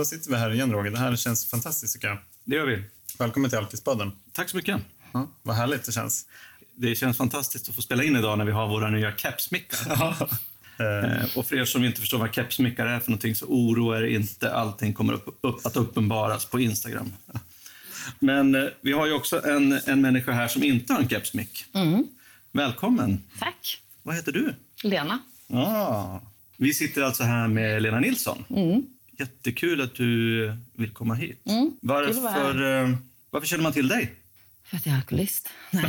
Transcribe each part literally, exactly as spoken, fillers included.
då sitter vi här igen, Roger. Det här känns fantastiskt, tycker jag. Det gör vi. Välkommen till Alkispodden. Tack så mycket. Ja, vad härligt det känns. Det känns fantastiskt att få spela in idag när vi har våra nya kepsmickar. Ja. Eh, och för er som inte förstår vad kepsmickar är för någonting, så oroa er inte. Allting kommer upp, upp, att uppenbaras på Instagram. Men eh, vi har ju också en, en människa här som inte har en kepsmick. Mm. Välkommen. Tack. Vad heter du? Lena. Ah. Vi sitter alltså här med Lena Nilsson. Mm. Jättekul att du vill komma hit. Mm. Varför, eh, varför känner man till dig? För att jag är alkoholist. Nej.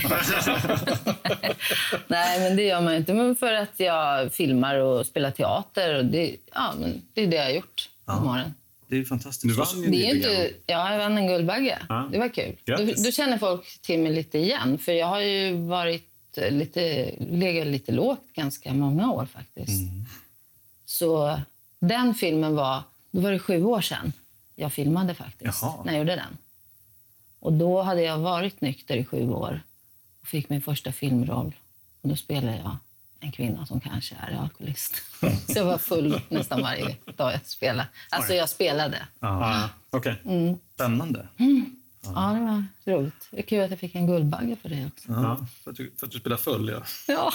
Nej, men det gör man inte. Men för att jag filmar och spelar teater. Och det, ja, men det är det jag har gjort Ja. på morgonen. Det är fantastiskt. Du vann ju Det är ju nyligen. inte, ja, jag vann en Guldbagge. Ja. Det var kul. Då, Grattis. då känner folk till mig lite igen. För jag har ju varit lite, legat lite lågt ganska många år faktiskt. Mm. Så den filmen var, då var det sju år sedan jag filmade faktiskt. Jaha. När jag gjorde den. Och då hade jag varit nykter i sju år och fick min första filmroll. Och då spelade jag en kvinna som kanske är alkoholist. Så jag var full nästan varje dag jag spelade. Alltså jag spelade. Ja, okej. Mm. Spännande. Ja, det var roligt. Det är kul att jag fick en Guldbagge för det också. Ja. För, att du, för att du spelar full, ja. Ja,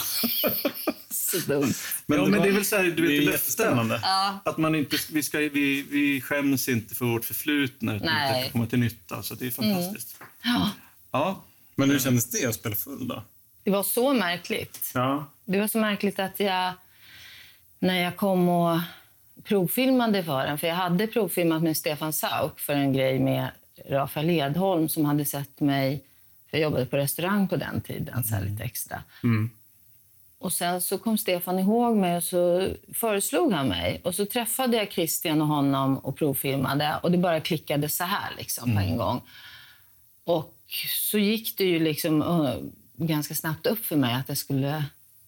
så dumt. Men, ja, det men var- det är väl så här, du vet, det är det löfte. jättespännande. Ja, Att man inte, vi, ska, vi, vi skäms inte för vårt förflutna, utan Nej. att det ska komma till nytta. Så det är fantastiskt. ja, Ja. Men hur kändes det att spela full då? det var så märkligt. Ja. Det var så märkligt att jag, när jag kom och provfilmade för den, för jag hade provfilmat med Stefan Sauk för en grej med Rafael Edholm som hade sett mig, för jag jobbade på restaurang på den tiden, så här lite extra. Mm. Och sen så kom Stefan ihåg mig och så föreslog han mig. Och så träffade jag Christian och honom och provfilmade. Och det bara klickade så här liksom på en gång. Och så gick det ju liksom uh, ganska snabbt upp för mig att jag skulle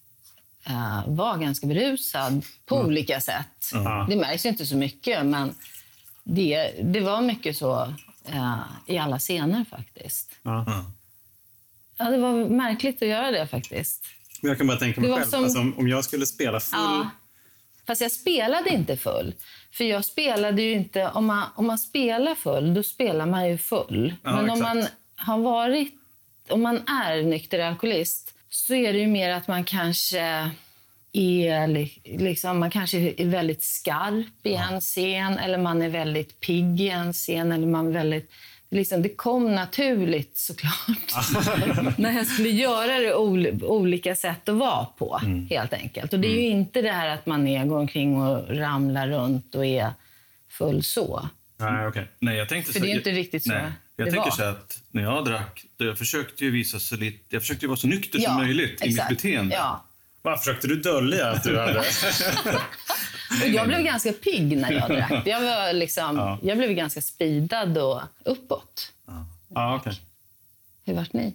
uh, vara ganska berusad på olika sätt. Ja. Det märks ju inte så mycket, men det, det var mycket så uh, i alla scener faktiskt. Ja. Ja, det var märkligt att göra det faktiskt. Men jag kan bara tänka mig Det var själv, som- alltså, om, om jag skulle spela full... Ja. Fast jag spelade inte full. För jag spelade ju inte... Om man, om man spelar full, då spelar man ju full. Ja, Men om exakt. man har varit... Om man är nykter alkoholist så är det ju mer att man kanske är... li- Liksom, man kanske är väldigt skarp i en scen. Eller man är väldigt pigg i en scen. Eller man är väldigt... Liksom, det kom naturligt såklart. När jag skulle göra det ol- olika sätt att vara på, helt enkelt. Och det är ju inte det här att man är, går omkring och ramlar runt och är full så. Nej, okej. Nej, jag tänkte För så, det är inte riktigt så nej, jag det tänker var. så att när jag drack, då jag försökte ju visa så lite, jag försökte ju vara så nykter Ja, som möjligt i exakt. mitt beteende. Ja. Vad försökte du dölja att du hade... Och jag blev ganska pigg när jag drack. Jag, var liksom, Ja. jag blev ganska speedad och uppåt. Ja, okej. Hur vart ni?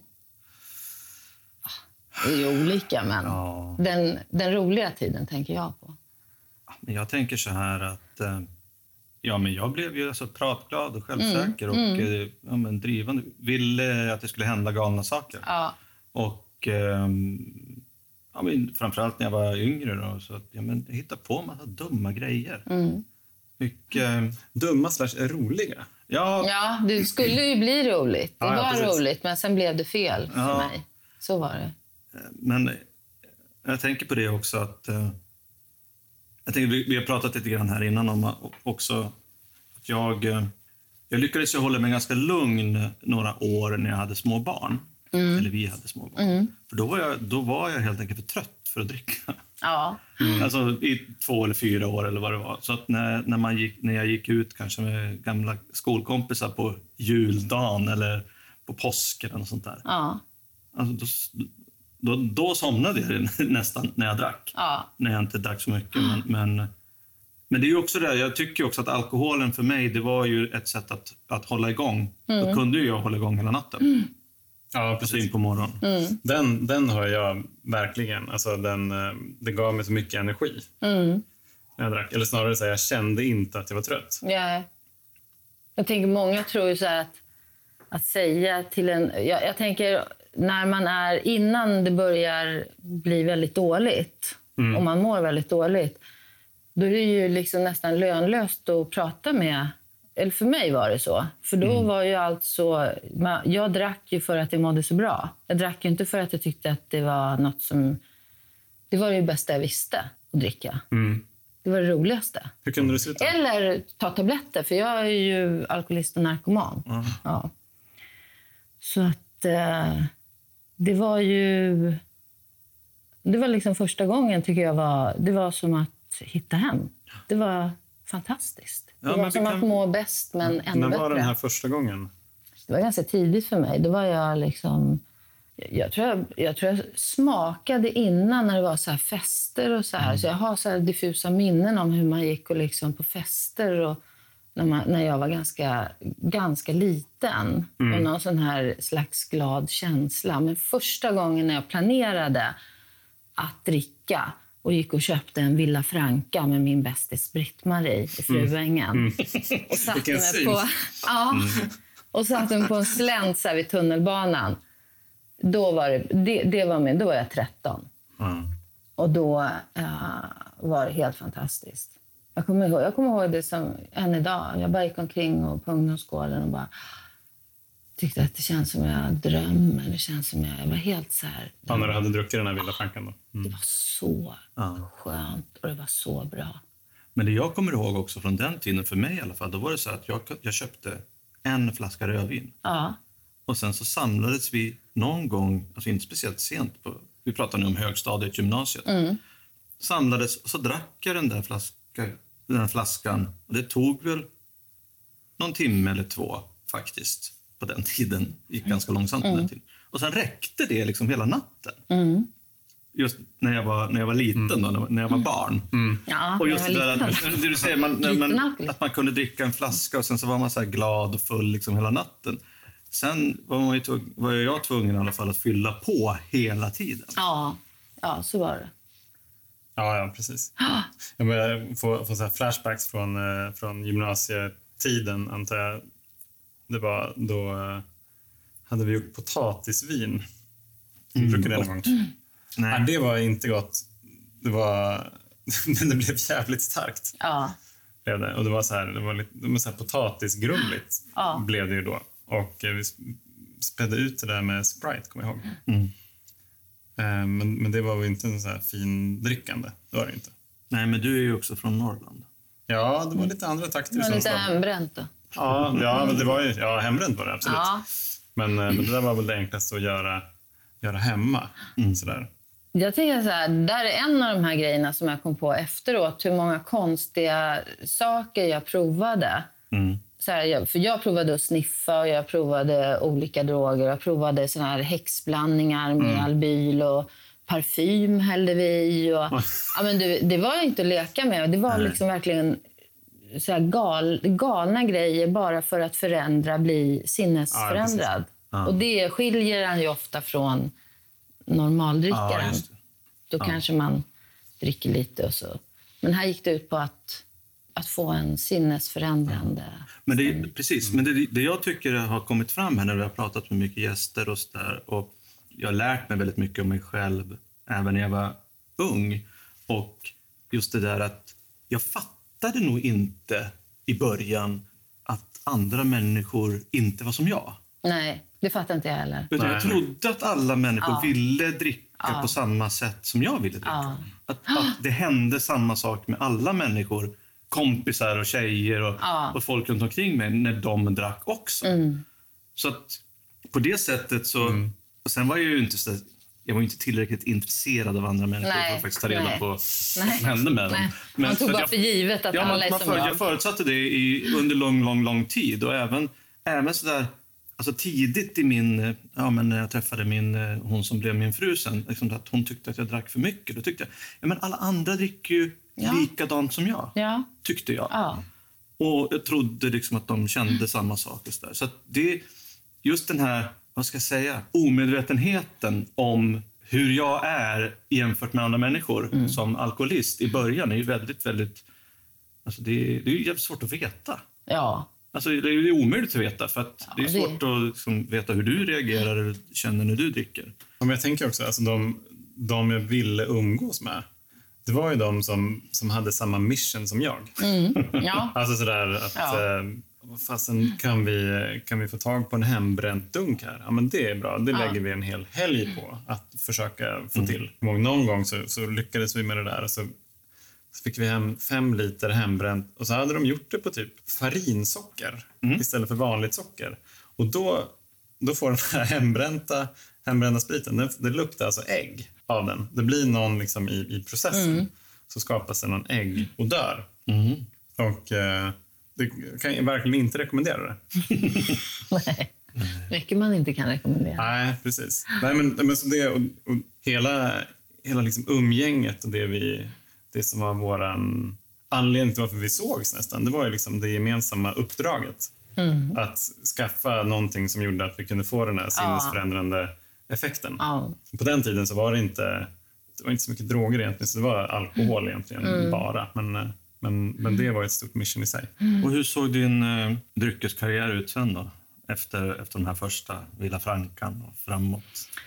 Ah, det är ju olika, men Ja. den, den roliga tiden tänker jag på. Men jag tänker så här att eh, ja, men jag blev ju alltså pratglad och självsäker Mm, och eh, ja, men drivande. Ville att det skulle hända galna saker. Ja. Och ehm, ja, men framförallt när jag var yngre då, så att ja, men jag hittade på en massa dumma grejer. Mm. Mycket, Dumma slash roliga. ja, Ja, det skulle ju bli roligt. Det Ja, ja, var precis. roligt, men sen blev det fel för Ja. mig. Så var det. men jag tänker på det också att eh, jag tänker, vi, vi har pratat lite grann här innan om att- också att jag, eh, jag lyckades ju hålla mig ganska lugn några år när jag hade små barn. Eller vi hade små barn. Mm. För då var, jag, då var jag helt enkelt för trött för att dricka. Ja. Alltså i två eller fyra år eller vad det var. Så att när, när, man gick, när jag gick ut kanske med gamla skolkompisar på juldagen eller på påsken eller sånt där. Ja. Alltså då, då, då somnade jag nästan när jag drack. Ja. När jag inte drack så mycket. Men, men, men det är ju också det, jag tycker också att alkoholen för mig, det var ju ett sätt att, att hålla igång. Då kunde ju jag hålla igång hela natten. Ja, Alltså precis. in på morgonen. Mm. Den, den har jag verkligen. Alltså, den, eh, det gav mig så mycket energi Mm. när jag drack. Eller snarare så här, jag kände inte att jag var trött. Ja. Jag tänker, många tror ju så här att, att säga till en... Jag, jag tänker, när man är... Innan det börjar bli väldigt dåligt, Mm. och man mår väldigt dåligt, då är det ju liksom nästan lönlöst att prata med eller för mig var det så. För då mm. var ju allt så... Jag drack ju för att jag mådde så bra. Jag drack ju inte för att jag tyckte att det var något som... Det var det bästa jag visste, att dricka. Mm. Det var det roligaste. Hur kunde du sluta? Eller ta tabletter, för jag är ju alkoholist och narkoman. Mm. Ja. Så att eh, det var ju... Det var liksom första gången, tycker jag, var... Det var som att hitta hem. Det var fantastiskt. Det ja, var som kan... att må bäst, men ännu bättre. När var den här första gången? Det var ganska tidigt för mig. Då var jag liksom... Jag tror jag, jag tror jag smakade innan när det var så här fester och så här. Mm. Så jag har så här diffusa minnen om hur man gick och liksom på fester och när, man, när jag var ganska, ganska liten. Mm. Och någon sån här slags glad känsla. Men första gången när jag planerade att dricka och gick och köpte en Villa Franca med min bästis Britt-Marie i Fruängen. Mm. Mm. Och satte mig på, ja, mm. och satte mig på en slänt så här vid tunnelbanan. Då var, det, det, det var, min, då var jag tretton. Mm. Och då uh, var det helt fantastiskt. Jag kommer, ihåg, jag kommer ihåg det som än idag. Jag bara gick omkring och på ungdomsgården och bara tyckte att det känns som jag drömmer. Det känns som jag, jag var helt så här... Ja, när du hade druckit den här Villa Francan då? Mm. Det var så ja. skönt och det var så bra. Men det jag kommer ihåg också från den tiden, för mig i alla fall, då var det så att jag, jag köpte en flaska rödvin. Ja. Och sen så samlades vi någon gång, alltså inte speciellt sent, på, vi pratar nu om högstadiet, gymnasiet. Mm. Samlades och så drack jag den där, flaska, den där flaskan. Och det tog väl någon timme eller två faktiskt på den tiden. Det gick ganska långsamt på mm. den tiden. Och sen räckte det liksom hela natten. Mm. Just när jag var, när jag var liten då, när jag var barn. Mm. Ja, och just det där, det du säger, man, när man, att man kunde dricka en flaska och sen så var man så här glad och full liksom hela natten. Sen var, man ju tog, var jag tvungen i alla fall att fylla på hela tiden. Ja, ja så var det. Ja, ja precis. Jag började få, få så här flashbacks från, eh, från gymnasietiden, antar jag. Det var då eh, hade vi gjort potatisvin. Mm, brukar det någon gång. Mm. Nej. Ja, det var inte gott. Det var men det blev jävligt starkt. Ja. Blev det. Och det var så här, det var lite det var så här potatisgrumligt ja. blev det ju då. Och vi spädde ut det där med Sprite, kommer jag ihåg. Mm. Men, men det var väl inte en så här fin drickande. Det var det inte. Nej, men du är ju också från Norrland. Ja, det var lite andra takter. Det var lite hembränt då. Ja, ja, men det var ju, ja, hembränt var det absolut. Ja. Men, men det där var väl det enklaste att göra, göra hemma. Mm. Sådär. Jag tänker så här, där är en av de här grejerna som jag kom på efteråt. Hur många konstiga saker jag provade. Mm. Så här, jag, för jag provade att sniffa och jag provade olika droger. Jag provade såna här häxblandningar med mm. albyl och parfym hällde vi. Och, ja, men det, det var inte att leka med. Det var liksom verkligen så här gal, galna grejer bara för att förändra, bli sinnesförändrad. Ja, ja. Och det skiljer han ju ofta från normaldrickaren. Ja, Då ja. kanske man dricker lite och så. Men här gick det ut på att att få en sinnesförändrande... Men det, precis, men det, det jag tycker har kommit fram här när vi har pratat med mycket gäster och så där, och jag har lärt mig väldigt mycket om mig själv även när jag var ung. Och just det där att jag fattade nog inte i början att andra människor inte var som jag. Nej, det fattar inte jag heller. Utan jag trodde att alla människor ja. ville dricka ja. på samma sätt som jag ville dricka. Ja. Att, att det hände samma sak med alla människor, kompisar och tjejer och, ja. och folk runt omkring mig när de drack också. Mm. Så att på det sättet så... Mm. Och sen var jag ju inte så... Jag var inte tillräckligt intresserad av andra människor nej, för att faktiskt ta reda nej. på vad som hände med dem. Men man tog bara jag, för givet att ja, alla är man, som för, jag. Jag förutsatte det i, under lång, lång, lång tid. Och även, även sådär... Alltså tidigt i min... Ja, men när jag träffade min, hon som blev min fru sen. Liksom att hon tyckte att jag drack för mycket. Då tyckte jag... Ja, men alla andra dricker ju ja. likadant som jag. Ja. Tyckte jag. Ja. Och jag trodde liksom att de kände samma saker. Så, så att det... Just den här... Vad ska jag säga? Omedvetenheten om hur jag är jämfört med andra människor mm. som alkoholist i början är ju väldigt, väldigt... Alltså det, det är ju jävligt svårt att veta. Ja. Alltså det är ju omöjligt att veta för att ja, det är svårt det... att liksom veta hur du reagerar eller känner när du dricker. Ja, men jag tänker också, alltså de, de jag ville umgås med, det var ju de som, som hade samma mission som jag. Mm. Ja. Alltså sådär att... Ja. Eh, Fasen, kan vi, kan vi få tag på en hembränt dunk här? Ja, men det är bra. Det Ja. lägger vi en hel helg på att försöka få till. Mm. Någon gång så, så lyckades vi med det där. Och så, så fick vi hem fem liter hembränt. Och så hade de gjort det på typ farinsocker mm. istället för vanligt socker. Och då, då får den här hembränta, hembrända spriten, det, det luktar alltså ägg av den. Det blir någon liksom i, i processen. Mm. Så skapas det någon äggodör. Mm. Och... Eh, det kan jag verkligen inte rekommendera det. Nej, mycket man inte kan rekommendera. Nej, precis. Nej, men, men så det, och, och hela hela liksom umgänget och det, vi, det som var våran anledning till varför vi sågs nästan, det var ju liksom det gemensamma uppdraget. Mm. Att skaffa någonting som gjorde att vi kunde få den här sinnesförändrande ja. effekten. Ja. På den tiden så var det inte, det var inte så mycket droger egentligen, så det var alkohol mm. egentligen mm. bara. Men... Men, men det var ett stort mission i sig. Mm. Och hur såg din eh, dryckeskarriär ut sen då? Efter, efter den här första Villa Frankan och framåt?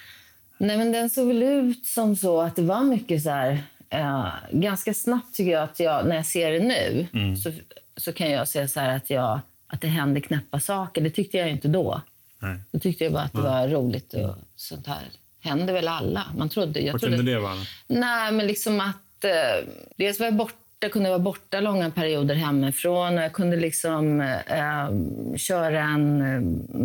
Nej, men den såg väl ut som så att det var mycket så här... Eh, ganska snabbt tycker jag att jag, när jag ser det nu, mm. så, så kan jag se så här att, jag, att det händer knäppa saker. Det tyckte jag inte då. Nej. Då tyckte jag bara att det var mm. roligt och sånt här. Hände väl alla. Man trodde... Jag Vad trodde, kunde det vara? Nej, men liksom att... Eh, dels var jag borta. Jag kunde vara borta långa perioder hemifrån. Jag kunde liksom eh, köra en eh,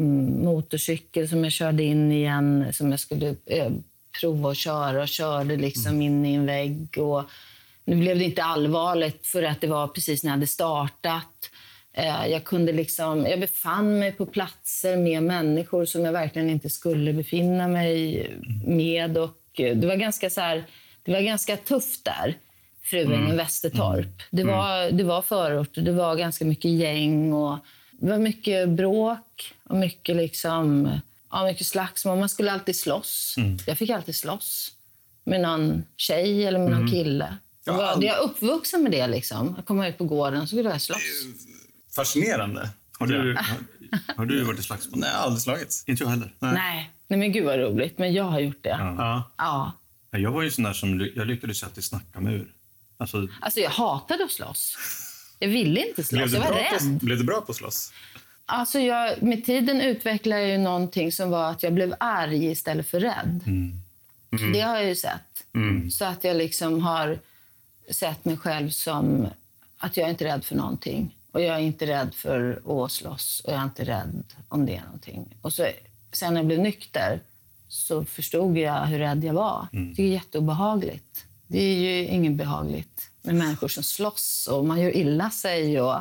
motorcykel som jag körde in i en, som jag skulle eh, prova att köra och körde liksom mm. in i en vägg. Och nu blev det inte allvarligt för att det var precis när jag hade startat. Eh, jag kunde liksom, jag befann mig på platser med människor som jag verkligen inte skulle befinna mig med. Och det var ganska så här, det var ganska tufft där. Fruängen mm. Västertorp. Mm. Det var, det var förort, det var ganska mycket gäng och det var mycket bråk och mycket liksom, ja, mycket slagsmål. Man skulle alltid slåss. Mm. Jag fick alltid slåss med någon tjej eller med någon mm. kille. Jag var, jag är uppvuxen med det liksom. Jag kom ut på gården så skulle jag slåss. Fascinerande. Har du, har, har du varit i slagsmål? Nej, aldrig slagits. Inte jag heller. Nej. Nej. Nej, men gud vad roligt. Men jag har gjort det. Ja. Ja. Ja. Jag var ju sån där som, jag lyckades alltid snacka med ur. Alltså... alltså jag hatade att slåss. Jag ville inte slåss, jag var rädd. På, blev du bra på att slåss? Alltså jag, med tiden utvecklade jag ju någonting som var att jag blev arg istället för rädd. Mm. Mm. Det har jag ju sett. Mm. Så att jag liksom har sett mig själv som att jag är inte rädd för någonting. Och jag är inte rädd för att slåss. Och jag är inte rädd om det är någonting. Och så, sen när jag blev nykter så förstod jag hur rädd jag var. Mm. Det är jätteobehagligt. Det är ju inget behagligt med människor som slåss och man gör illa sig. Och...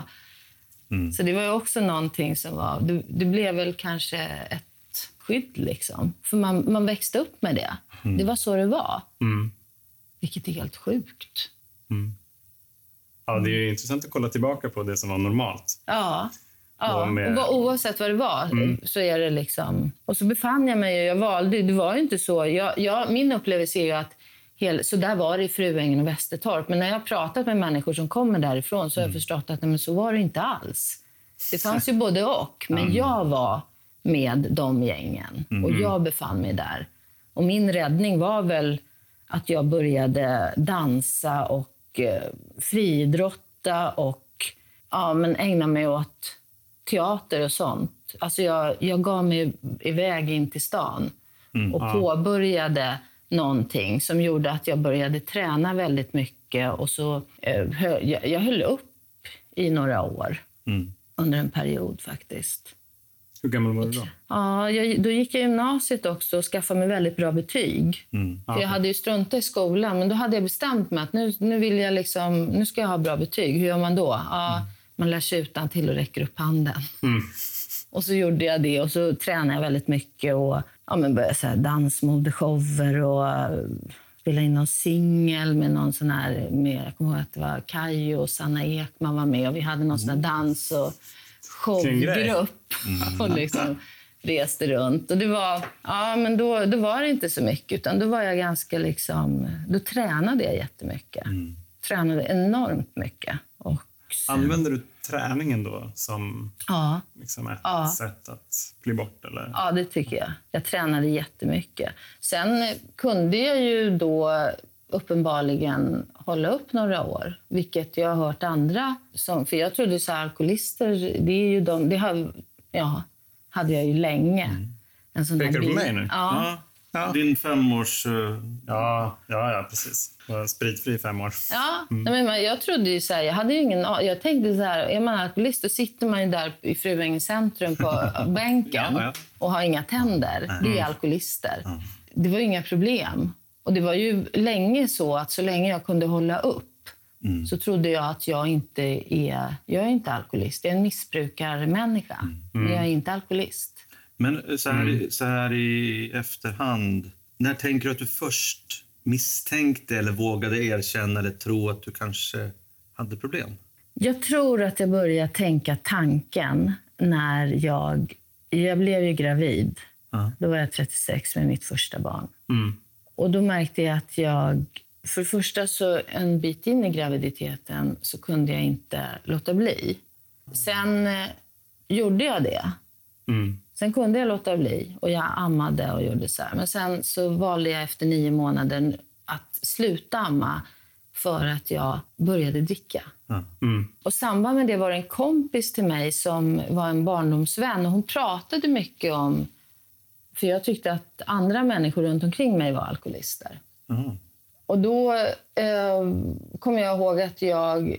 Mm. Så det var ju också någonting som var... Det, det blev väl kanske ett skydd liksom. För man, man växte upp med det. Mm. Det var så det var. Mm. Vilket är helt sjukt. Mm. Ja, det är ju intressant att kolla tillbaka på det som var normalt. Ja, ja. Med... och oavsett vad det var mm. så är det liksom... Och så befann jag mig, jag valde, det var ju inte så... Jag, jag, min upplevelse är ju att så där var det i Fruängen och Västertorp. Men när jag har pratat med människor som kommer därifrån så har jag förstått att nej, men så var det inte alls. Det fanns ju både och. Men mm. jag var med de gängen. Mm. Och jag befann mig där. Och min räddning var väl att jag började dansa och eh, friidrotta och ja, men ägna mig åt teater och sånt. Alltså jag, jag gav mig iväg in till stan mm. och påbörjade någonting som gjorde att jag började träna väldigt mycket. Och så eh, höll, jag, jag höll upp i några år. Mm. Under en period faktiskt. Hur gammal var du då? Ja, jag, då gick jag i gymnasiet också och skaffade mig väldigt bra betyg. Mm. Ah, jag hade ju struntat i skolan, men då hade jag bestämt mig att nu, nu, vill jag liksom, nu ska jag ha bra betyg. Hur gör man då? Ja, mm. Man lär sig utan till och räcker upp handen. Mm. Och så gjorde jag det och så tränade jag väldigt mycket och ja, men började så här dansmodeshower och spela in någon singel med någon sån här, med, jag kommer ihåg att det var Kajo och Sanna Ekman var med och vi hade någon sån här dans och showgrupp mm. och liksom reste runt. Och det var, ja men då, då var det inte så mycket utan då var jag ganska liksom, då tränade jag jättemycket. Mm. Tränade enormt mycket. Och sen, använder du träningen då som ja. liksom ett ja. sätt att bli bort? Eller? Ja, det tycker jag. Jag tränade jättemycket. Sen kunde jag ju då uppenbarligen hålla upp några år. Vilket jag har hört andra som... För jag trodde så här, alkoholister, det är ju de... Det har, ja, hade jag ju länge. Mm. En sån Pekar där du på bil. mig nu? Ja. Ja. Ja. Din femårs... Uh... Ja, ja, ja, precis. Spritfri fem år. Ja, mm. men jag trodde ju så här, jag hade ju ingen... Jag tänkte så här, är man alkoholist då sitter man ju där i Fruängens centrum på bänken ja, ja. och har inga tänder. Mm. Det är alkoholister. Mm. Det var ju inga problem. Och det var ju länge så att så länge jag kunde hålla upp mm. så trodde jag att jag inte är... Jag är inte alkoholist. Jag är en missbrukarmänniska. Mm. Men jag är inte alkoholist. Men så här, mm. så här i efterhand, när tänker du att du först misstänkte eller vågade erkänna eller tro att du kanske hade problem? Jag tror att jag började tänka tanken när jag... Jag blev ju gravid. Uh. Då var jag trettiosex med mitt första barn. Mm. Och då märkte jag att jag... För det första så en bit in i graviditeten så kunde jag inte låta bli. Sen eh, gjorde jag det. Mm. Sen kunde jag låta bli och jag ammade och gjorde så här. Men sen så valde jag efter nio månader att sluta amma för att jag började dricka. Mm. Och samband med det var en kompis till mig som var en barndomsvän. Och hon pratade mycket om... För jag tyckte att andra människor runt omkring mig var alkoholister. Mm. Och då eh, kom jag ihåg att jag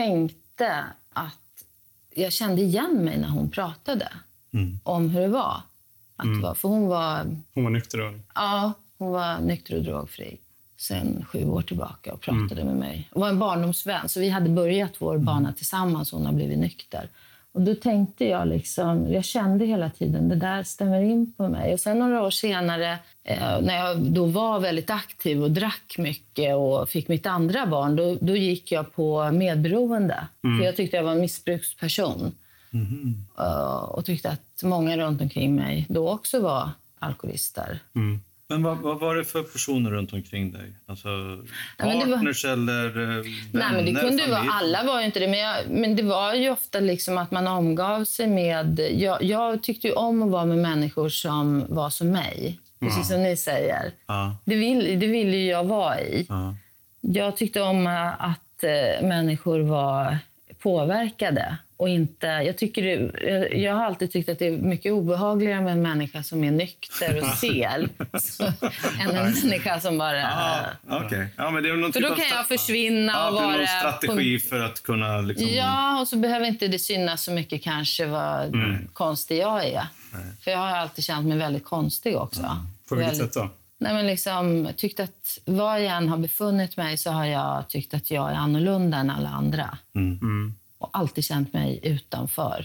tänkte att jag kände igen mig när hon pratade. Mm. Om hur det var. Att Mm. det var. För hon var... Hon var nykter då? Ja, hon var nykter och drogfri sen sju år tillbaka och pratade mm. med mig. Hon var en barndomsvän, så vi hade börjat vår mm. bana tillsammans och hon har blivit nykter. Och då tänkte jag liksom, jag kände hela tiden, det där stämmer in på mig. Och sen några år senare, eh, när jag då var väldigt aktiv och drack mycket och fick mitt andra barn, då, då gick jag på medberoende. Mm. För jag tyckte jag var en missbruksperson. Mm. Uh, och tyckte att många runt omkring mig då också var alkoholister. Mm. Men vad, vad var det för personer runt omkring dig? Alltså Nej, partners var... eller vänner, Nej, men det kunde familj? vara, alla var ju inte det. Men, jag, men det var ju ofta liksom att man omgav sig med... Jag, jag tyckte ju om att vara med människor som var som mig. Precis ja. som ni säger. Ja. Det, vill, det ville ju jag vara i. Ja. Jag tyckte om att äh, människor var påverkade. Och inte, jag, tycker det, jag, jag har alltid tyckt att det är mycket obehagligare med en människa som är nykter och stel så, än en människa som bara... Ah, okay. Ja, men det är någon för typ då av kan jag försvinna ja, och vara... någon strategi på, för att kunna... Liksom... Ja, och så behöver inte det synas så mycket kanske vad mm. konstig jag är. Nej. För jag har alltid känt mig väldigt konstig också. Mm. På vilket väldigt, sätt då? Nej, men liksom, tyckt att var jag än har befunnit mig så har jag tyckt att jag är annorlunda än alla andra. Mm. Mm. Och alltid känt mig utanför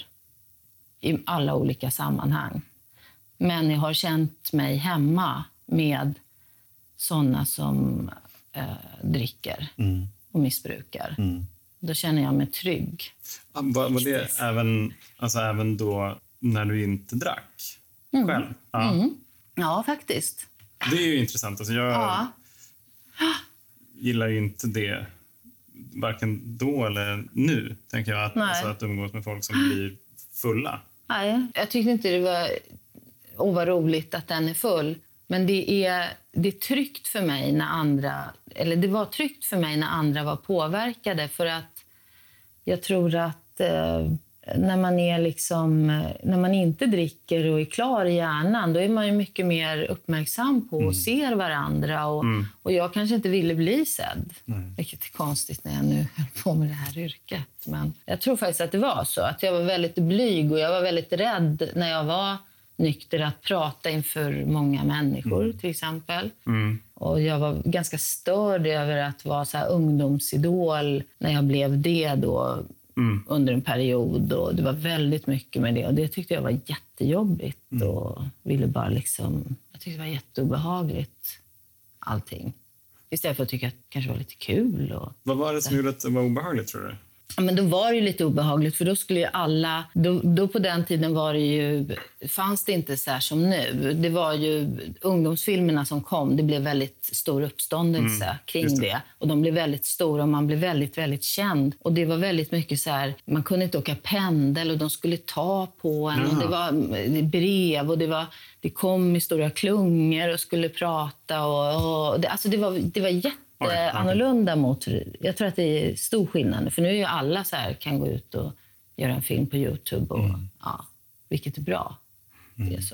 i alla olika sammanhang. Men jag har känt mig hemma med såna som eh, dricker mm. och missbrukar. Mm. Då känner jag mig trygg. Var, var det även, alltså även då när du inte drack mm. själv? Ja. Mm. Ja, faktiskt. Det är ju intressant. Alltså jag ja. gillar ju inte det. Varken då eller nu, tänker jag, att, alltså, att umgås med folk som blir fulla. Nej, jag tyckte inte det var, oh, var roligt att den är full. Men det är, det är tryggt för mig när andra... Eller det var tryggt för mig när andra var påverkade. För att jag tror att eh, när man är liksom... När man inte dricker och är klar i hjärnan, då är man ju mycket mer uppmärksam på och mm. ser varandra. Och, mm. och jag kanske inte ville bli sedd. Mm. Vilket är konstigt när jag nu höll på med det här yrket. Men jag tror faktiskt att det var så. Att jag var väldigt blyg och jag var väldigt rädd när jag var nykter att prata inför många människor mm. till exempel. Mm. Och jag var ganska störd över att vara så här ungdomsidol när jag blev det då. Mm. Under en period och det var väldigt mycket med det och det tyckte jag var jättejobbigt mm. och ville bara liksom, jag tyckte det var jätteobehagligt allting. Istället för att tycka att det kanske var lite kul. Och vad var det som gjorde att det var obehagligt, tror du? Ja, men då var det ju lite obehagligt för då skulle ju alla, då, då på den tiden var det ju, fanns det inte så här som nu. Det var ju ungdomsfilmerna som kom, det blev väldigt stor uppståndelse mm, kring det. det. Och de blev väldigt stora och man blev väldigt, väldigt känd. Och det var väldigt mycket så här, man kunde inte åka pendel och de skulle ta på en. Jaha. Och det var brev och det var, det kom i stora klungor och skulle prata och, och det, alltså det var, det var jätte jätteannorlunda mot... Jag tror att det är stor skillnad. För nu är ju alla så här, kan gå ut och göra en film på YouTube. Och, mm. ja, vilket är bra. Mm. Det är så.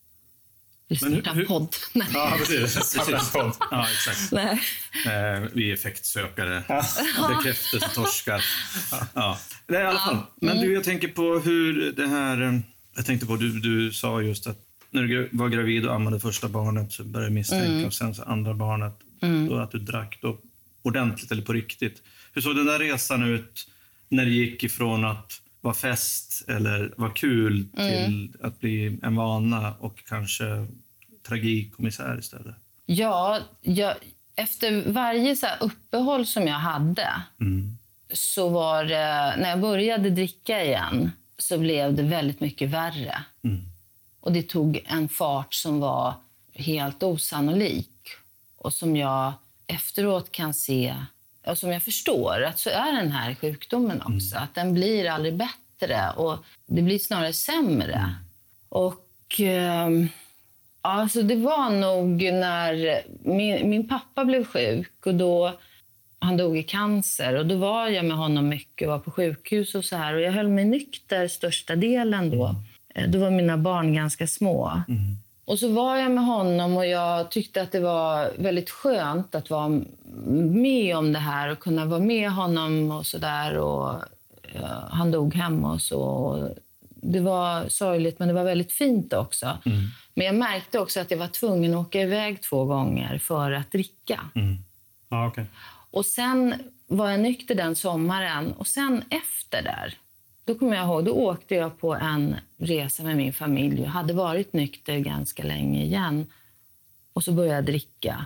Vi startar en podd. Nej. Ja, precis. Startar en podd. Ja, exakt. Nej. Eh, vi är effektsökare. Bekräftelsetorskar. Ja. Nej, i alla fall. Men du, jag tänker på hur det här... Jag tänkte på, du, du sa just att när du var gravid och ammade första barnet så började du misstänka. Mm. Och sen så andra barnet, mm. då att du drack då ordentligt eller på riktigt. Hur såg den där resan ut när det gick ifrån att vara fest eller vara kul till mm. att bli en vana och kanske tragik och misär istället? Ja, jag, efter varje så här uppehåll som jag hade mm. så var det, när jag började dricka igen så blev det väldigt mycket värre. Mm. Och det tog en fart som var helt osannolik. Och som jag efteråt kan se, och som jag förstår, att så är den här sjukdomen också. Mm. Att den blir aldrig bättre och det blir snarare sämre. Mm. Och eh, alltså det var nog när min, min pappa blev sjuk och då han dog i cancer. Och då var jag med honom mycket och var på sjukhus och så här. Och jag höll mig nykter största delen då. Mm. Då var mina barn ganska små. Mm. Och så var jag med honom och jag tyckte att det var väldigt skönt att vara med om det här. Och kunna vara med honom och så där. Och ja, han dog hemma och så. Och det var sorgligt men det var väldigt fint också. Mm. Men jag märkte också att jag var tvungen att åka iväg två gånger för att dricka. Mm. Ja, okej. Okay. Och sen var jag nykter den sommaren. Och sen efter där, då kommer jag ihåg, då åkte jag på en resa med min familj. Jag hade varit nykter ganska länge igen. Och så började jag dricka.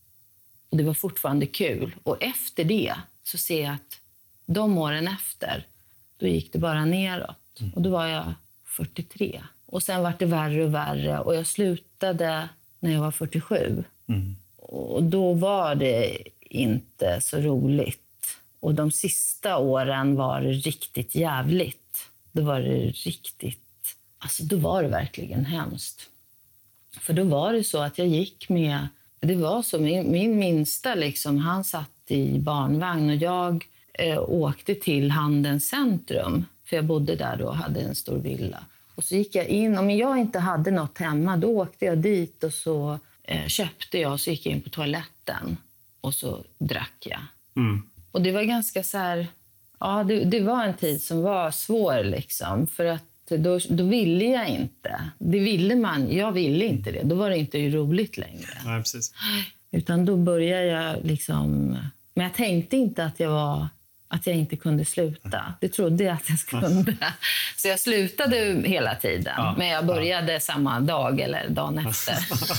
Och det var fortfarande kul. Och efter det så ser jag att de åren efter, då gick det bara neråt. Mm. Och då var jag fyrtiotre. Och sen var det värre och värre. Och jag slutade när jag var fyrtiosju. Mm. Och då var det inte så roligt. Och de sista åren var det riktigt jävligt. Då var det riktigt... Alltså då var det verkligen hemskt. För då var det så att jag gick med... Det var så, min, min minsta liksom, han satt i barnvagn och jag eh, åkte till Handens centrum. För jag bodde där då och hade en stor villa. Och så gick jag in, om jag inte hade något hemma, då åkte jag dit och så eh, köpte jag och så gick jag in på toaletten. Och så drack jag. Mm. Och det var ganska så här... Ja, det, det var en tid som var svår liksom. För att då, då ville jag inte. Det ville man. Jag ville inte det. Då var det inte roligt längre. Nej, precis. Utan då började jag liksom... Men jag tänkte inte att jag var... Att jag inte kunde sluta. Det trodde jag att jag kunde. Så jag slutade hela tiden. Ja, men jag började ja. samma dag eller dagen efter.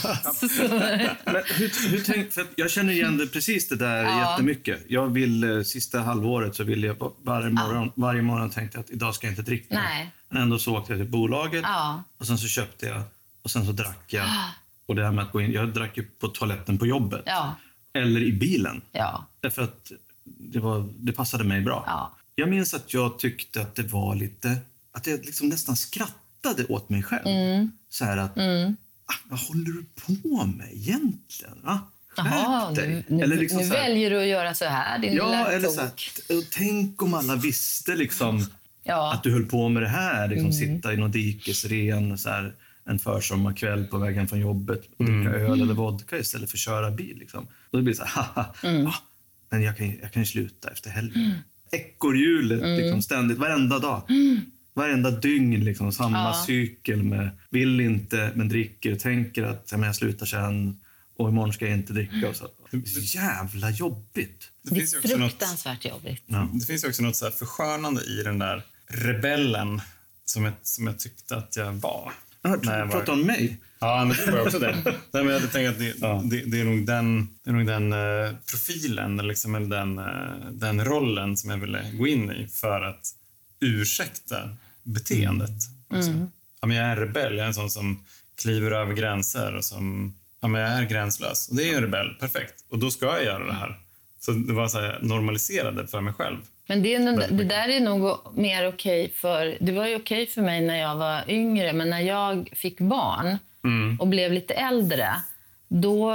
Men hur, hur tänk, för jag känner igen det, precis det där ja. jättemycket. Jag vill, sista halvåret så ville jag varje morgon, ja. varje morgon tänkte jag att idag ska jag inte dricka. Nej. Men ändå så åkte jag till bolaget. Ja. Och sen så köpte jag. Och sen så drack jag. Och det här med att gå in. Jag drack ju på toaletten på jobbet. Ja. Eller i bilen. Ja. Därför att det, var, det passade mig bra. Ja. Jag minns att jag tyckte att det var lite... Att jag liksom nästan skrattade åt mig själv. Mm. Så här att... Mm. Ah, vad håller du på med egentligen? Ah, Jaha, nu, nu, eller liksom nu så här, väljer du att göra så här. Din ja, eller så här, tänk om alla visste liksom ja. att du höll på med det här. Liksom mm. sitta i någon dikesren så här, en försommarkväll på vägen från jobbet och dricka mm. öl eller vodka istället för att köra bil. Liksom. Och det blir så här, haha, mm. ah, men jag kan, jag kan ju sluta efter helgen. Mm. Ekorrhjulet mm. liksom, ständigt, varenda dag. Mm. Varenda dygn, liksom, samma ja. cykel med vill inte men dricker, tänker att ja, men jag slutar sen och imorgon ska jag inte dricka. Och så. Det är så jävla jobbigt. Det, det finns är fruktansvärt något, jobbigt. Ja. Det finns ju också något så här förskönande i den där rebellen som jag, som jag tyckte att jag var. Ja, du pratar om mig? Ja, men det var också det. Nej, men jag hade tänkt att det, ja. det, det är nog den, det är nog den uh, profilen liksom, eller den, uh, den rollen som jag ville gå in i för att ursäkta beteendet. Mm. Ja, men jag är en rebell, jag är en sån som kliver över gränser och som, ja, men jag är gränslös. Och det är ju en rebell, perfekt. Och då ska jag göra det här. Så det var så här normaliserande för mig själv. Men det, är nog, det där är nog mer okej för... Det var ju okej för mig när jag var yngre. Men när jag fick barn mm. och blev lite äldre, då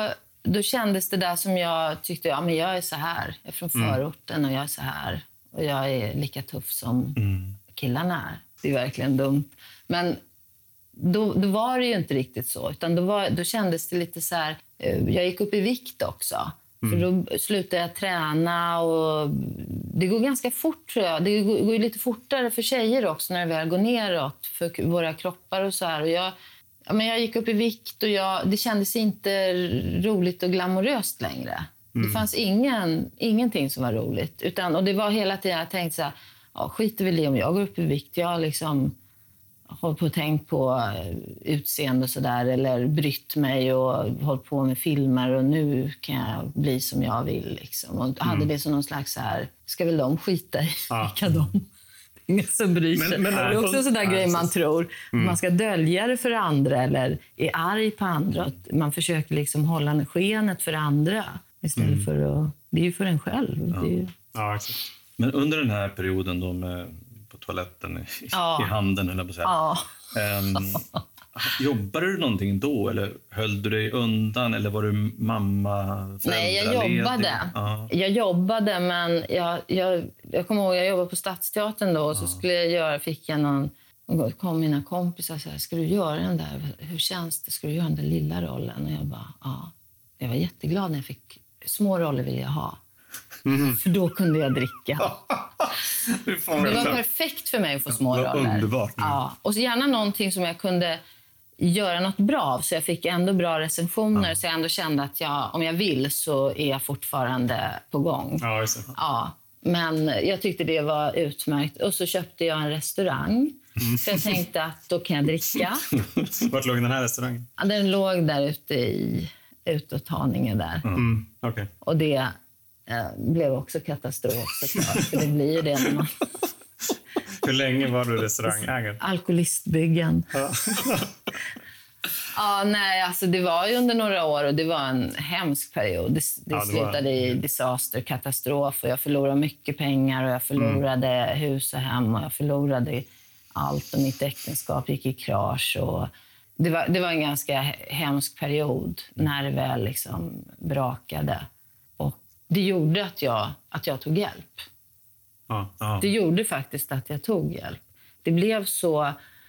då kändes det där som jag tyckte, ja men jag är så här. Jag är från förorten och jag är så här. Och jag är lika tuff som mm. killarna är. Det är verkligen dumt. Men då, då var det ju inte riktigt så. Utan då, var, då kändes det lite så här... Jag gick upp i vikt också. Mm. För då slutade jag träna och det går ganska fort tror jag. Det går, går lite fortare för tjejer också när det väl går neråt för våra kroppar och så här. Och jag, ja, men jag gick upp i vikt och jag, det kändes inte roligt och glamoröst längre. Mm. Det fanns ingen, ingenting som var roligt. Utan, och det var hela tiden jag tänkte så här, ja, skiter väl i om jag går upp i vikt. Jag liksom hållit på och tänkt på utseende och sådär. Eller brytt mig och hållit på med filmer. Och nu kan jag bli som jag vill. Liksom. Och mm. hade det som någon slags så här, ska väl de skita i? Ja. Vilka de? Ingen som bryr sig. Men, men, det är också en sån där ja, grej man tror. Mm. Man ska dölja det för andra eller är arg på andra. Man försöker liksom hålla skenet för andra. Istället mm. för att... Det är ju för en själv. Ja. Det är ju... Ja, exakt. Men under den här perioden då med, på toaletten i, ja. i handen, eller på säga. Ja. Um, jobbade du någonting då? Eller höll du dig undan? Eller var du mamma, Nej, jag jobbade. Ja. Jag jobbade, men jag, jag, jag kommer ihåg jag jobbade på Stadsteatern då. Och så ja. skulle jag göra, fick jag någon... kom mina kompisar och sa, ska du göra den där? Hur känns det? Ska du göra den där lilla rollen? Och jag bara, ja. Jag var jätteglad när jag fick... Små roller ville jag ha. Mm. För då kunde jag dricka. Det var perfekt för mig att få små roller. Underbart. Ja. Och så gärna någonting som jag kunde göra något bra av. Så jag fick ändå bra recensioner. Ja. Så jag ändå kände att jag, om jag vill så är jag fortfarande på gång. Ja, just det. Ja. Men jag tyckte det var utmärkt. Och så köpte jag en restaurang. Mm. För jag tänkte att då kan jag dricka. Vart låg den här restaurangen? Ja, den låg där ute i... utåt Haninge där. Mm. Okay. Och det eh, blev också katastrof såklart. För det blir ju det när man... Hur länge var du restaurangägare? Alkoholistbyggen. Ja. Ja, nej, alltså det var ju under några år och det var en hemsk period. Det, det, ja, det slutade var... i disaster, katastrof och jag förlorade mycket pengar och jag förlorade mm. hus och hem och jag förlorade allt och mitt äktenskap gick i krasch och det var, det var en ganska hemsk period när det väl liksom brakade. Och det gjorde att jag, att jag tog hjälp. Ja, ja. Det gjorde faktiskt att jag tog hjälp. Det blev så...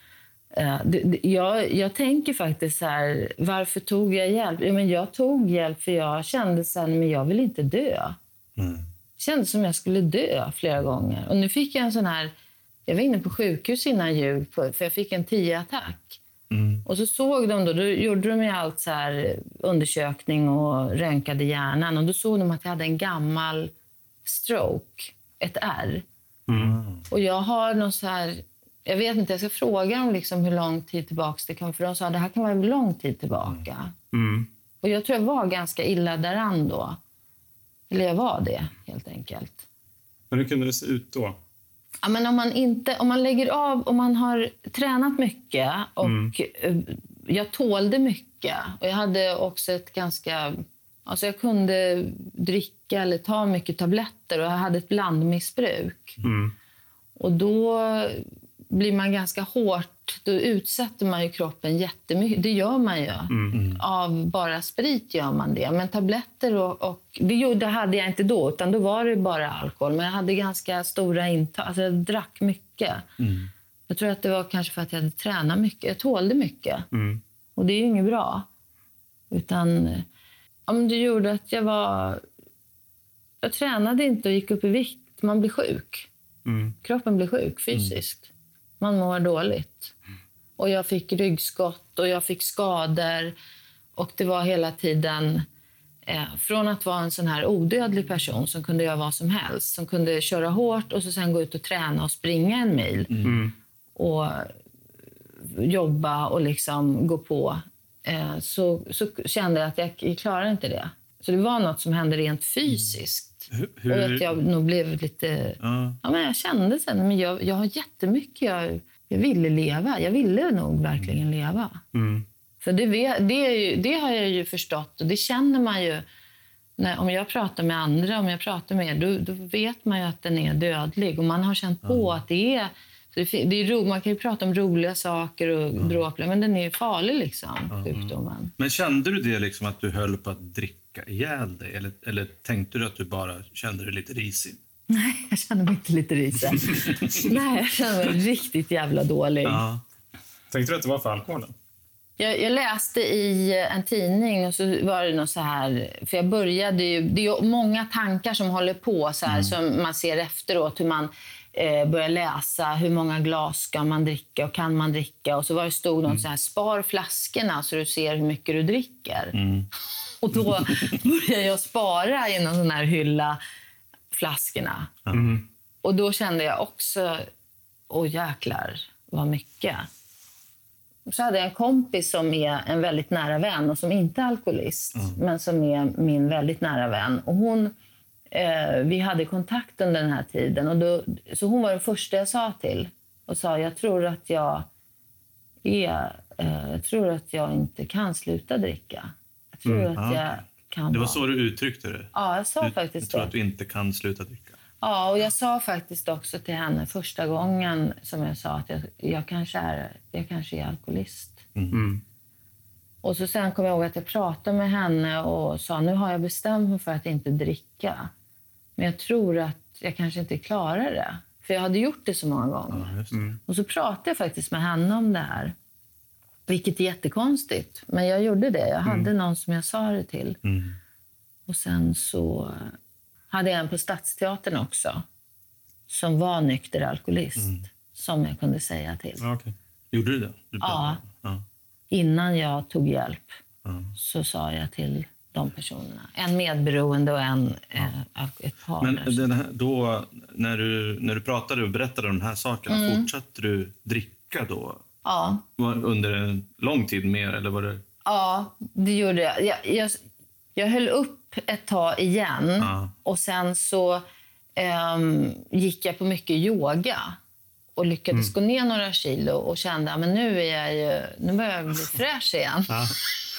Uh, det, det, jag, jag tänker faktiskt så här, varför tog jag hjälp? Ja, men jag tog hjälp för jag kände så här, men jag vill inte dö. Mm. Det kändes som jag skulle dö flera gånger. Och nu fick jag en sån här... Jag var inne på sjukhus innan jul på, för jag fick en tio-attack. Mm. Och så såg de då, då gjorde de ju allt så här undersökning och röntgade hjärnan. Och då såg de att jag hade en gammal stroke, ett ärr. Mm. Och jag har någon så här, jag vet inte, jag ska fråga dem liksom hur lång tid tillbaka det kan. För de sa att det här kan vara lång tid tillbaka. Mm. Och jag tror jag var ganska illa däran då. Eller jag var det helt enkelt. Men hur kunde det se ut då? Ja, men om man inte, om man lägger av, om man har tränat mycket och mm. jag tålde mycket och jag hade också ett ganska, alltså jag kunde dricka eller ta mycket tabletter och jag hade ett blandmissbruk. Mm. Och då blir man ganska hårt, då utsätter man ju kroppen jättemycket, det gör man ju. Mm. Av bara sprit gör man det, men tabletter och, och det, det hade jag inte då, utan då var det bara alkohol, men jag hade ganska stora intag, alltså jag drack mycket. Mm. Jag tror att det var kanske för att jag hade tränat mycket, jag tålde mycket. Mm. Och det är ju inget bra. Utan ja, men det gjorde att jag var, jag tränade inte och gick upp i vikt, man blir sjuk. Mm. Kroppen blir sjuk fysiskt. Mm. Man mår dåligt. Och jag fick ryggskott och jag fick skador. Och det var hela tiden... Eh, från att vara en sån här odödlig person som kunde göra vad som helst. Som kunde köra hårt och så sen gå ut och träna och springa en mil. Mm. Och jobba och liksom gå på. Eh, så, så kände jag att jag, jag klarar inte det. Så det var något som hände rent fysiskt. Hur, hur... Och att jag nog blev lite... Uh. Ja, men jag kände sen, men jag, jag har jättemycket jag, jag ville leva. Jag ville nog verkligen leva. Mm. För det, det, är ju, det har jag ju förstått och det känner man ju. När, om jag pratar med andra, om jag pratar med er, då, då vet man ju att den är dödlig. Och man har känt på uh. att det är Så det, det är ro, man kan ju prata om roliga saker och Mm. dråpliga, men den är ju farlig liksom, Mm. sjukdomen. Men kände du det liksom att du höll på att dricka ihjäl dig? Eller, eller tänkte du att du bara kände dig lite risig? Nej, jag känner mig inte lite risig. Nej, jag känner mig riktigt jävla dålig. Ja. Tänkte du att det var för alkoholen? Jag, jag läste i en tidning och så var det något så här, för jag började ju, det är ju många tankar som håller på så här, Mm. som man ser efteråt, hur man eh, börjar läsa, hur många glas ska man dricka och kan man dricka, och så var det stod något så här, spar flaskorna så du ser hur mycket du dricker. Mm. Och då började jag spara i någon sån här hylla flaskorna. Mm. Och då kände jag också, åh jäklar, vad mycket. Så hade jag en kompis som är en väldigt nära vän och som inte är alkoholist, Mm. men som är min väldigt nära vän. Och hon, eh, vi hade kontakt under den här tiden. Och då, så hon var den första jag sa till. Och sa, jag tror att jag, är, eh, jag tror att jag inte kan sluta dricka. Jag tror Mm, att ja. jag kan Det var vara- så du uttryckte det? Ja, jag sa Du, faktiskt jag tror det. att du inte kan sluta dricka? Ja, och jag sa faktiskt också till henne första gången som jag sa att jag, jag, kanske, är, jag kanske är alkoholist. Mm. Och så sen kom jag ihåg att jag pratade med henne och sa, nu har jag bestämt mig för att inte dricka. Men jag tror att jag kanske inte klarar det. För jag hade gjort det så många gånger. Ja, just det. Och så pratade jag faktiskt med henne om det här. Vilket är jättekonstigt. Men jag gjorde det. Jag hade någon som jag sa det till. Mm. Och sen så hade jag en på Stadsteatern också. Som var nykter alkoholist. Som jag kunde säga till. Ja, okej. Gjorde du det? Du Ja. ja. Innan jag tog hjälp Ja. så sa jag till de personerna. En medberoende och en, eh, ett par. Men där. den här, då, när du, när du pratade och berättade om de här sakerna, Mm. fortsatte du dricka då? Ja. Var, under en lång tid mer? Eller var det... Ja, det gjorde jag. Jag, jag, jag höll upp ett tag igen. Ja. Och sen så ehm, gick jag på mycket yoga. Och lyckades gå ner några kilo och kände att nu, är jag ju, nu börjar jag bli fräsch igen. Ja.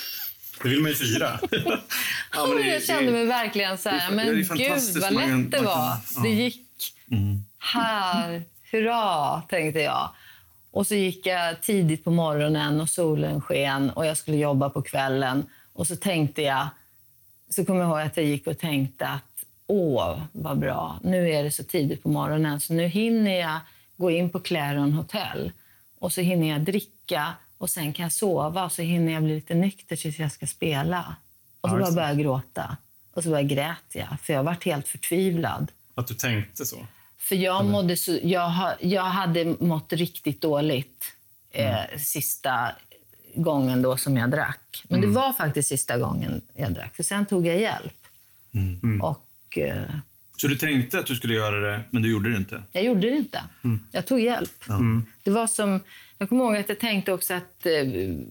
Det vill man ju fira. Ja, men Och det- jag kände mig verkligen så här, det är- men det är gud fantastiskt. vad Man kan- lätt det man kan- var. ja. Det gick Mm. här, hurra, tänkte jag. Och så gick jag tidigt på morgonen och solen sken och jag skulle jobba på kvällen. Och så tänkte jag, så kommer jag ihåg att jag gick och tänkte att åh, vad bra. Nu är det så tidigt på morgonen så nu hinner jag gå in på Clarion Hotel. Och så hinner jag dricka och sen kan jag sova och så hinner jag bli lite nykter tills jag ska spela. Och så Ja, bara just det. började jag gråta. Och så bara grät jag, för jag varit helt förtvivlad. Att du tänkte så. För jag, mådde så, jag, ha- jag hade mått riktigt dåligt eh, sista gången då som jag drack. Men det var faktiskt sista gången jag drack. För sen tog jag hjälp. Mm. Och eh, Så du tänkte att du skulle göra det, men du gjorde det inte? jag gjorde det inte. Jag tog hjälp. Det var som, jag kommer ihåg att jag tänkte också att eh,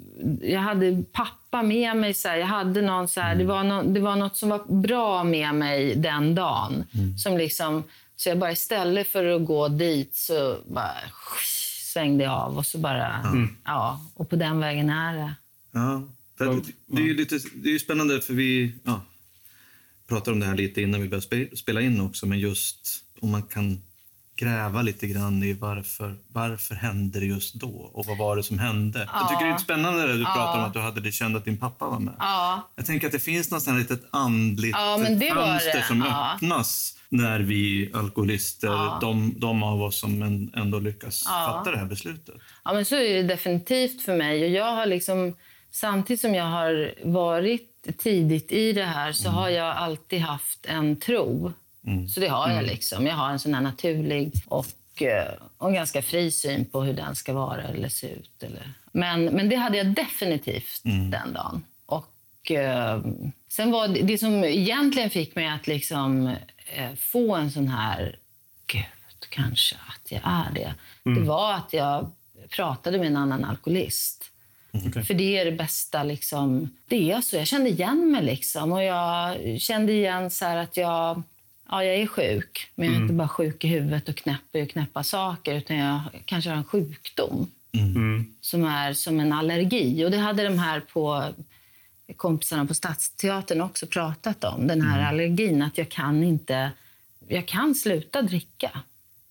jag hade pappa med mig. Så här, jag hade någon, så här, det, var no, det var något som var bra med mig den dagen. Som liksom, så jag bara istället för att gå dit så bara svängde jag av och så bara, ja, och på den vägen är det. Ja. För det, det är ju lite, det är ju spännande för vi ja, pratade om det här lite innan vi började spe, spela in också, men just om man kan gräva lite grann i varför, varför hände det just då och vad var det som hände. Jag tycker det är spännande när du pratar om att du hade det känt att din pappa var med. Ja. Jag tänker att det finns någonstans ett litet andligt Ja, men det var fönster det. som Ja. öppnas när vi alkoholister, Ja. de, de av oss som en, ändå lyckas Ja. fatta det här beslutet. Ja, men så är det definitivt för mig. Och jag har liksom, samtidigt som jag har varit tidigt i det här så har jag alltid haft en tro. Så det har jag liksom. Jag har en sån här naturlig och, eh, och ganska fri syn på hur den ska vara eller se ut. Eller. Men, men det hade jag definitivt den dagen. Och eh, sen var det, det som egentligen fick mig att liksom eh, få en sån här, gud, kanske att jag är det. Det var att jag pratade med en annan alkoholist. Okej. För det är det bästa liksom. Det är så. Jag kände igen mig liksom. Och jag kände igen så här att jag, ja, jag är sjuk. Men jag är inte bara sjuk i huvudet och knäpper och knäppa saker. Utan jag kanske har en sjukdom. Mm. Som är som en allergi. Och det hade de här på kompisarna på Stadsteatern också pratat om. Den här allergin. Att jag kan inte, jag kan sluta dricka.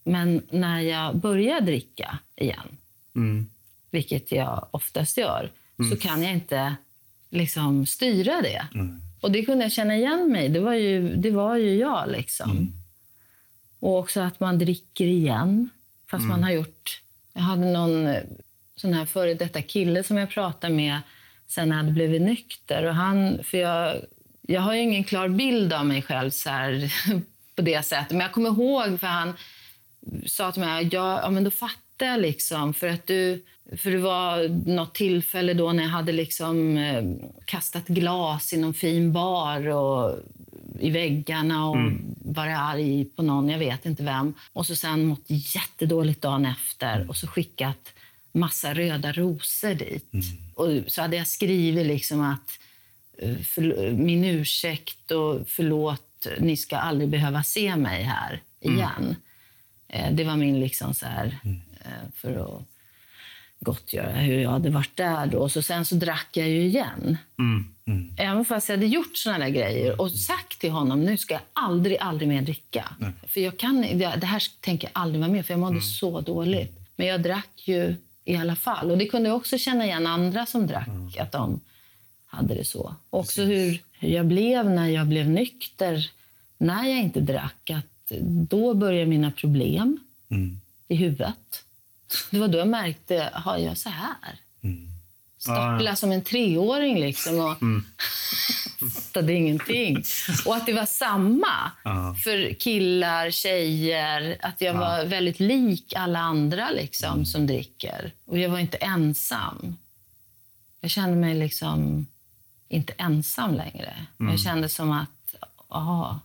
Men när jag börjar dricka igen, Mm. vilket jag oftast gör, mm. så kan jag inte liksom styra det. Mm. Och det kunde jag känna igen mig. Det var ju, det var ju jag liksom. Mm. Och också att man dricker igen. Fast mm. man har gjort... Jag hade någon sån här före detta kille som jag pratade med sen jag hade blivit nykter. Och han, för jag, jag har ju ingen klar bild av mig själv så här, på det sättet. Men jag kommer ihåg, för han sa till mig, ja, ja men då fattar jag liksom. För att du... För det var något tillfälle då när jag hade liksom eh, kastat glas i någon fin bar och i väggarna och mm. varit arg på någon, jag vet inte vem. Och så sen mått jättedåligt dagen efter och så skickat massa röda rosor dit. Mm. Och så hade jag skrivit liksom att för, min ursäkt och förlåt, ni ska aldrig behöva se mig här igen. Mm. Eh, det var min liksom så här mm. eh, för att gottgöra hur jag hade varit där då. Och så sen så drack jag ju igen. Mm. Mm. Även fast jag hade gjort såna där grejer och sagt till honom, nu ska jag aldrig, aldrig mer dricka. Mm. För jag kan, det här tänker jag aldrig vara med, för jag mådde mm. så dåligt. Men jag drack ju i alla fall. Och det kunde jag också känna igen andra som drack, mm. att de hade det så. Också hur, hur jag blev när jag blev nykter, när jag inte drack. Att då började mina problem mm. i huvudet. Det var då jag märkte, har jag så här? Mm. Stappla ah, ja. som en treåring liksom och mm. fattade ingenting. Och att det var samma ah. för killar, tjejer. Att jag ah. var väldigt lik alla andra liksom mm. som dricker. Och jag var inte ensam. Jag kände mig liksom inte ensam längre. Mm. Jag kände som att, aha,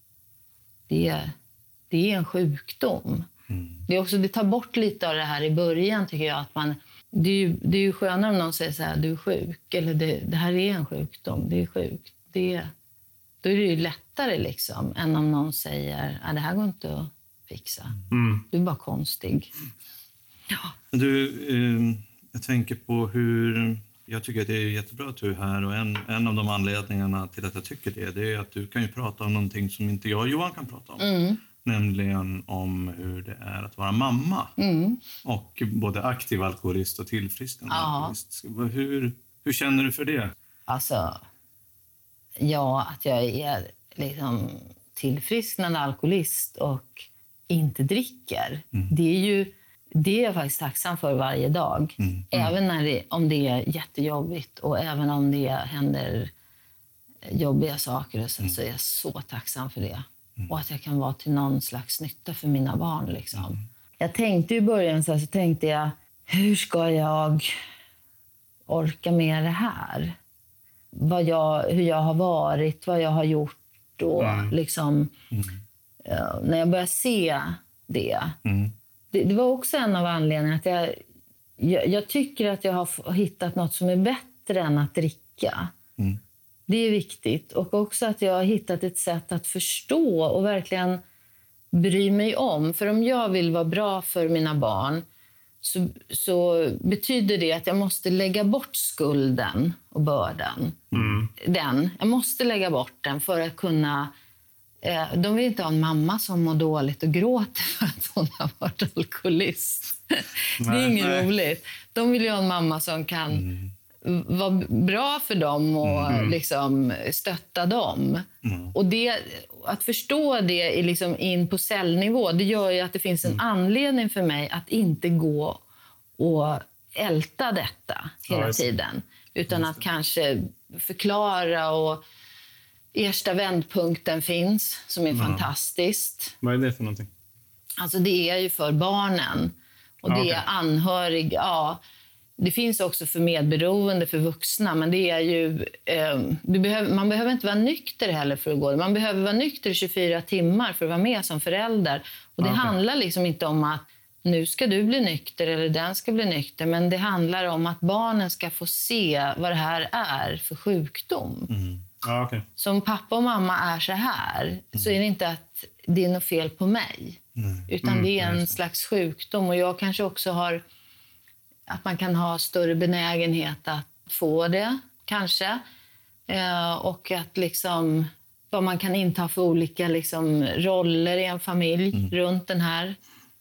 det, det är en sjukdom. Mm. Det, är också, det tar bort lite av det här i början tycker jag. Att man, det, är ju, det är ju skönare om någon säger så här, du är sjuk. Eller det, det här är en sjukdom, det är sjukt. Det, då är det ju lättare liksom, än om någon säger, ah, det här går inte att fixa. Mm. Du är bara konstig. Ja. Du, eh, jag tänker på hur... Jag tycker att det är jättebra att du är här. Och en, en av de anledningarna till att jag tycker det, det är att du kan ju prata om någonting som inte jag och Johan kan prata om. Mm. Nämligen om hur det är att vara mamma. Mm. Och både aktiv alkoholist och tillfrisknande ja. alkoholist. Hur, hur känner du för det? Alltså, ja, att jag är liksom tillfrisknande alkoholist och inte dricker. Mm. Det är ju det är jag faktiskt tacksam för varje dag. Mm. Mm. Även när det, om det är jättejobbigt och även om det händer jobbiga saker. Och så, mm. så är jag så tacksam för det. Mm. Och att jag kan vara till någon slags nytta för mina barn. Liksom. Mm. Jag tänkte i början så, här, så tänkte jag, hur ska jag orka med det här? Vad jag, hur jag har varit, vad jag har gjort. Och mm. liksom, mm. Uh, när jag började se det, mm. det. Det var också en av anledningarna att jag, jag, jag tycker att jag har hittat något som är bättre än att dricka. Mm. Det är viktigt. Och också att jag har hittat ett sätt att förstå och verkligen bry mig om. För om jag vill vara bra för mina barn så, så betyder det att jag måste lägga bort skulden och bördan. Mm. Den. Jag måste lägga bort den för att kunna... Eh, de vill inte ha en mamma som mår dåligt och gråter för att hon har varit alkoholist. Nej, det är inget nej. roligt. De vill ju ha en mamma som kan... Mm. vara bra för dem och mm. liksom stötta dem. Mm. Och det, att förstå det i liksom in på cellnivå, det gör ju att det finns en mm. anledning för mig att inte gå och älta detta hela ja, tiden. Utan att kanske förklara och ersta vändpunkten finns som är mm. fantastiskt. Vad är det för någonting? Alltså det är ju för barnen. Och det okay. är anhörig, ja. Det finns också för medberoende, för vuxna. Men det är ju... Eh, du behöver, man behöver inte vara nykter heller för att gå. Man behöver vara nykter i tjugofyra timmar för att vara med som förälder. Och det okay. handlar liksom inte om att nu ska du bli nykter eller den ska bli nykter. Men det handlar om att barnen ska få se vad det här är för sjukdom. Mm. Ah, okay. Som pappa och mamma är så här, mm. så är det inte att det är något fel på mig. Mm. Utan mm. det är en slags sjukdom. Och jag kanske också har... Att man kan ha större benägenhet att få det, kanske. Eh, och att liksom, vad man kan inta för olika liksom, roller i en familj mm. runt den här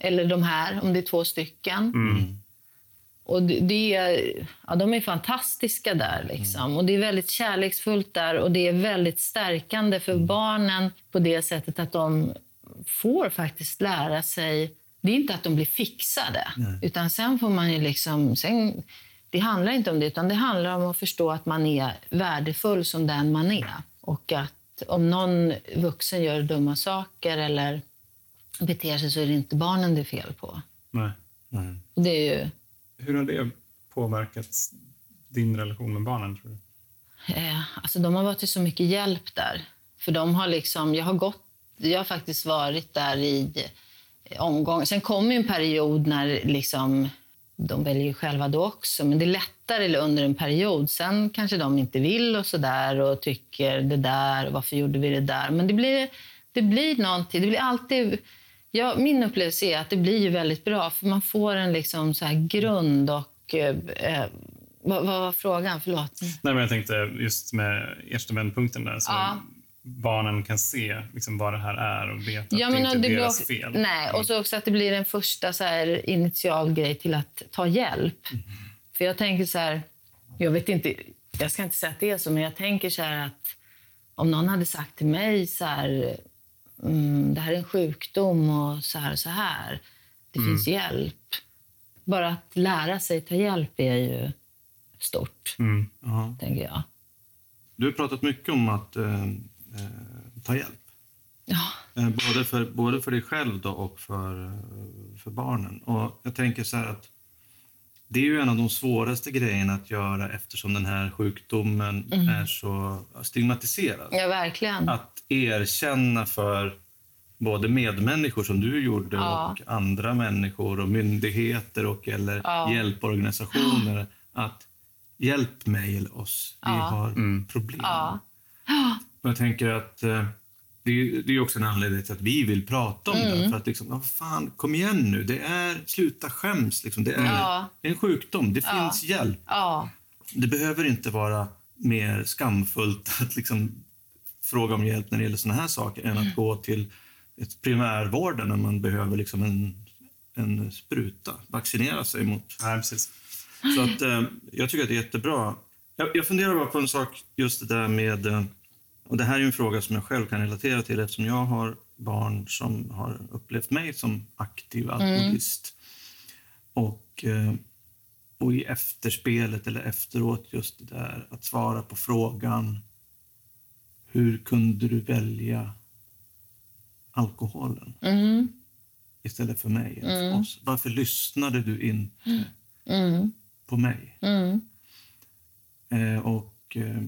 eller de här, om det är två stycken. Mm. Och det, det är, ja, de är fantastiska där. Liksom. Mm. Och det är väldigt kärleksfullt där. Och det är väldigt stärkande för mm. barnen på det sättet att de får faktiskt lära sig. Det är inte att de blir fixade. Nej. Utan sen får man ju liksom... Sen, det handlar inte om det, utan det handlar om att förstå att man är värdefull som den man är. Och att om någon vuxen gör dumma saker eller beter sig så är det inte barnen det är fel på. Nej. Nej. Och det är ju... Hur har det påverkat din relation med barnen, tror du? Eh, alltså de har varit till så mycket hjälp där. För de har liksom, jag har gått, jag har faktiskt varit där i omgång. Sen kommer en period när liksom, de väljer ju själva då också. Men det är lättare under en period. Sen kanske de inte vill och sådär och tycker det där, varför gjorde vi det där? Men det blir, det blir någonting, det blir alltid... Ja, min upplevelse är att det blir ju väldigt bra för man får en liksom så här grund och... Eh, vad, vad var frågan? Förlåt. Nej, men jag tänkte just med ersta vändpunkten där så ja. Barnen kan se liksom vad det här är och veta ja, att det inte är det deras också, fel. Nej, och så också att det blir en första så här initial grej till att ta hjälp. Mm. För jag tänker så här, jag vet inte, jag ska inte säga att det är så, men jag tänker så här att om någon hade sagt till mig så här... Mm, det här är en sjukdom och så här och så här. Det mm. finns hjälp. Bara att lära sig ta hjälp är ju stort, mm. tänker jag. Du har pratat mycket om att eh, ta hjälp. Ja. Eh, både, för, både för dig själv då och för, för barnen. Och jag tänker så här att det är ju en av de svåraste grejerna att göra eftersom den här sjukdomen mm. är så stigmatiserad. Ja, verkligen. Att erkänna för både medmänniskor som du gjorde ja. Och andra människor och myndigheter och eller ja. Hjälporganisationer att hjälp mig eller oss, vi ja. Har mm. problem. Ja. Och jag tänker att eh, det är, det är också en anledning till att vi vill prata om mm. det. För att liksom, vad fan, kom igen nu. Det är, sluta skäms. Liksom. Det är ja. En sjukdom. Det ja. Finns hjälp. Ja. Det behöver inte vara mer skamfullt att liksom fråga om hjälp när det gäller såna här saker än att mm. gå till ett primärvården när man behöver liksom en, en spruta. Vaccinera sig mot. Ja, precis. Så att, eh, jag tycker att det är jättebra. Jag, jag funderar bara på en sak, just det där med... Eh, Och det här är en fråga som jag själv kan relatera till eftersom jag har barn som har upplevt mig som aktiv alkoholist. Mm. Och, och i efterspelet eller efteråt just det där att svara på frågan hur kunde du välja alkoholen mm. istället för mig eller för mm. oss? Varför lyssnade du inte mm. på mig? Mm. Eh, och... Eh,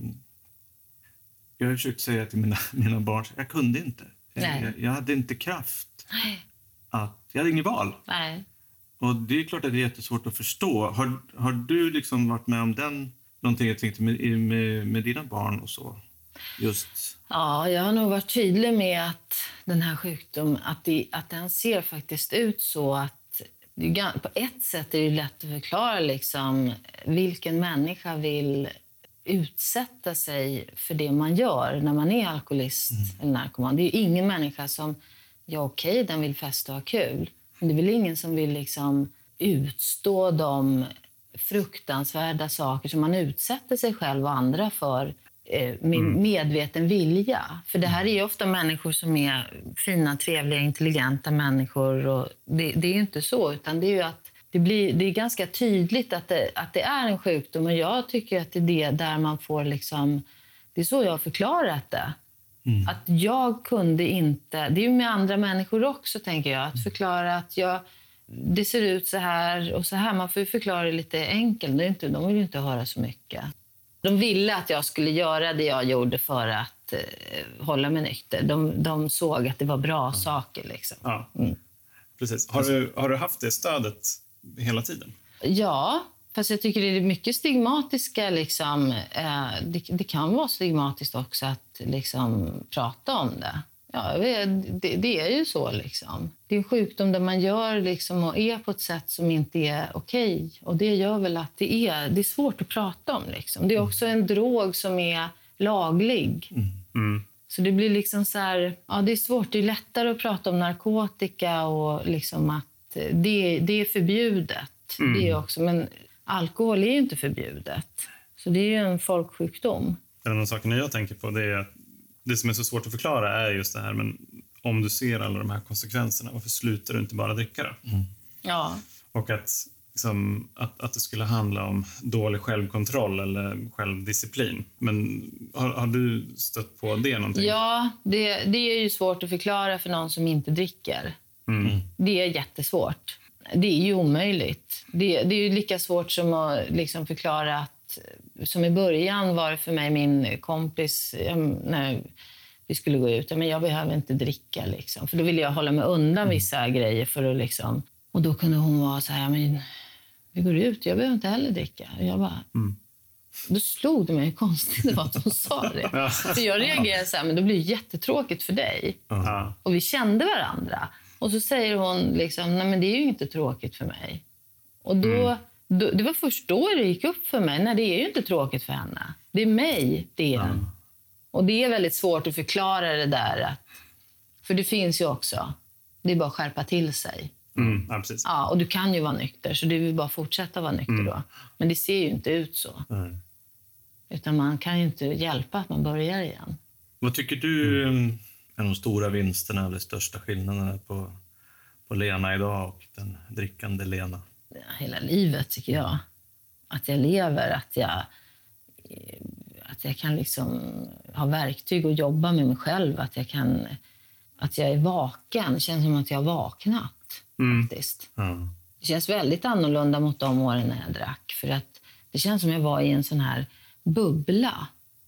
Jag har försökt säga till mina, mina barn jag kunde inte. Jag, jag hade inte kraft. Nej. Att, jag hade inget val. Nej. Och det är klart att det är jättesvårt att förstå. Har, har du liksom varit med om den, någonting jag tänkte med, med, med dina barn och så? Just. Ja, jag har nog varit tydlig med att den här sjukdomen, att, det, att den ser faktiskt ut så att det, på ett sätt är det lätt att förklara liksom, vilken människa vill utsätta sig för det man gör när man är alkoholist mm. eller narkoman. Det är ju ingen människa som, ja okej, okay, den vill festa och ha kul. Men det är väl ingen som vill liksom utstå de fruktansvärda saker som man utsätter sig själv och andra för eh, med mm. medveten vilja. För det här är ju ofta människor som är fina, trevliga, intelligenta människor. Och det, det är ju inte så, utan det är ju att Det, blir, det är ganska tydligt att det, att det är en sjukdom. Och jag tycker att det är det där man får liksom... Det är så jag har förklarat det. Mm. Att jag kunde inte... Det är ju med andra människor också, tänker jag. Att förklara att jag, det ser ut så här och så här. Man får ju förklara det lite enkelt. Det är inte, de vill ju inte höra så mycket. De ville att jag skulle göra det jag gjorde för att eh, hålla mig nykter. De, de såg att det var bra mm. saker. Liksom. Ja, mm. precis. Har du, har du haft det stödet hela tiden? Ja, fast jag tycker det är mycket stigmatiska. Liksom, eh, det, det kan vara stigmatiskt också att liksom, prata om det. Ja, det, det är ju så. Liksom. Det är en sjukdom där man gör liksom, och är på ett sätt som inte är okej. Och det gör väl att det är, det är svårt att prata om. Liksom. Det är också en drog som är laglig. Mm. Mm. Så det blir liksom så här, ja, det är svårt. Det är lättare att prata om narkotika och liksom att det, det är förbjudet. Mm. Det är också, men alkohol är ju inte förbjudet. Så det är ju en folksjukdom. En av de sakerna jag tänker på, det är att det som är så svårt att förklara är just det här, men om du ser alla de här konsekvenserna, varför slutar du inte bara dricka då? Mm. Ja. Och att, liksom, att, att det skulle handla om dålig självkontroll eller självdisciplin. Men har, har du stött på det någonting? Ja, det, det är ju svårt att förklara för någon som inte dricker. Mm. Det är jättesvårt. Det är ju omöjligt. Det, det är ju lika svårt som att liksom förklara att, som i början var det för mig min kompis, när vi skulle gå ut, men jag behöver inte dricka liksom. För då ville jag hålla mig undan vissa mm. grejer för att liksom, och då kunde hon vara så här, men vi går ut, jag behöver inte heller dricka. Och jag bara, mm. då slog det mig hur konstigt det var att hon sa det. För jag reagerade så här, men då blir det jättetråkigt för dig. Uh-huh. Och vi kände varandra. Och så säger hon liksom, nej men det är ju inte tråkigt för mig. Och då, mm. då det var först då det gick upp för mig, nej det är ju inte tråkigt för henne. Det är mig, det är den. Mm. Och det är väldigt svårt att förklara det där. Att, för det finns ju också, det är bara att skärpa till sig. Mm, ja, precis. Ja, och du kan ju vara nykter, så du vill bara fortsätta vara nykter mm. då. Men det ser ju inte ut så. Mm. Utan man kan ju inte hjälpa att man börjar igen. Vad tycker du mm. är de stora vinsterna eller största skillnaderna på, på Lena idag och den drickande Lena? Ja, hela livet tycker jag. Att jag lever, att jag, att jag kan liksom ha verktyg och jobba med mig själv. Att jag, kan, att jag är vaken. Det känns som att jag har vaknat. Mm. Faktiskt. Mm. Det känns väldigt annorlunda mot de åren när jag drack. För att det känns som jag var i en sån här bubbla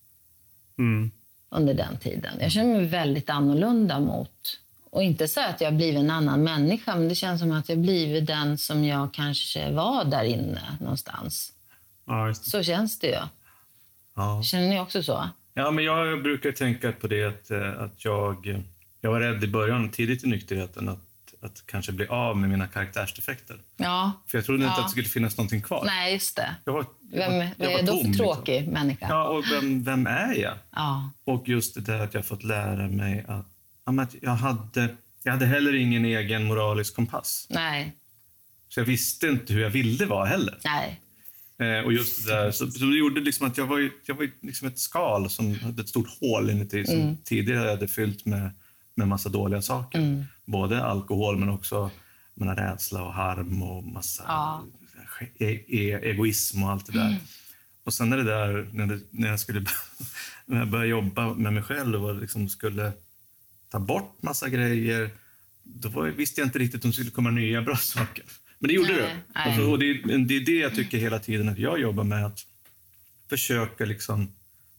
mm. under den tiden. Jag känner mig väldigt annorlunda mot. Och inte så att jag blivit en annan människa, men det känns som att jag blivit den som jag kanske var där inne någonstans. Ja, så känns det ju. Ja. Känner ni också så? Ja, men jag brukar tänka på det att, att jag, jag var rädd i början, tidigt i nykterheten, att att kanske bli av med mina karaktärsdefekter. Ja. För jag trodde inte ja. att det skulle finnas någonting kvar. Nej, just det. Jag var, vem jag, vad jag är då för tråkig liksom. människa? Ja, och vem, vem är jag? Ja. Och just det där att jag fått lära mig att, att jag, hade, jag hade heller ingen egen moralisk kompass. Nej. Så jag visste inte hur jag ville vara heller. Nej. Eh, och just det där, så, så det gjorde liksom att jag var, jag var liksom ett skal som hade ett stort hål inuti som mm. tidigare hade fyllt med, med massa dåliga saker. Mm. Både alkohol men också menar, rädsla och harm och massa ja. e- e- egoism och allt det där. Mm. Och sen är det där, när, det, när, jag skulle, när jag började jobba med mig själv och liksom skulle ta bort massa grejer, då var, visste jag inte riktigt om det skulle komma nya bra saker. Men det gjorde nej, det. Nej. Alltså, och det, det är det jag tycker hela tiden att jag jobbar med, att försöka liksom,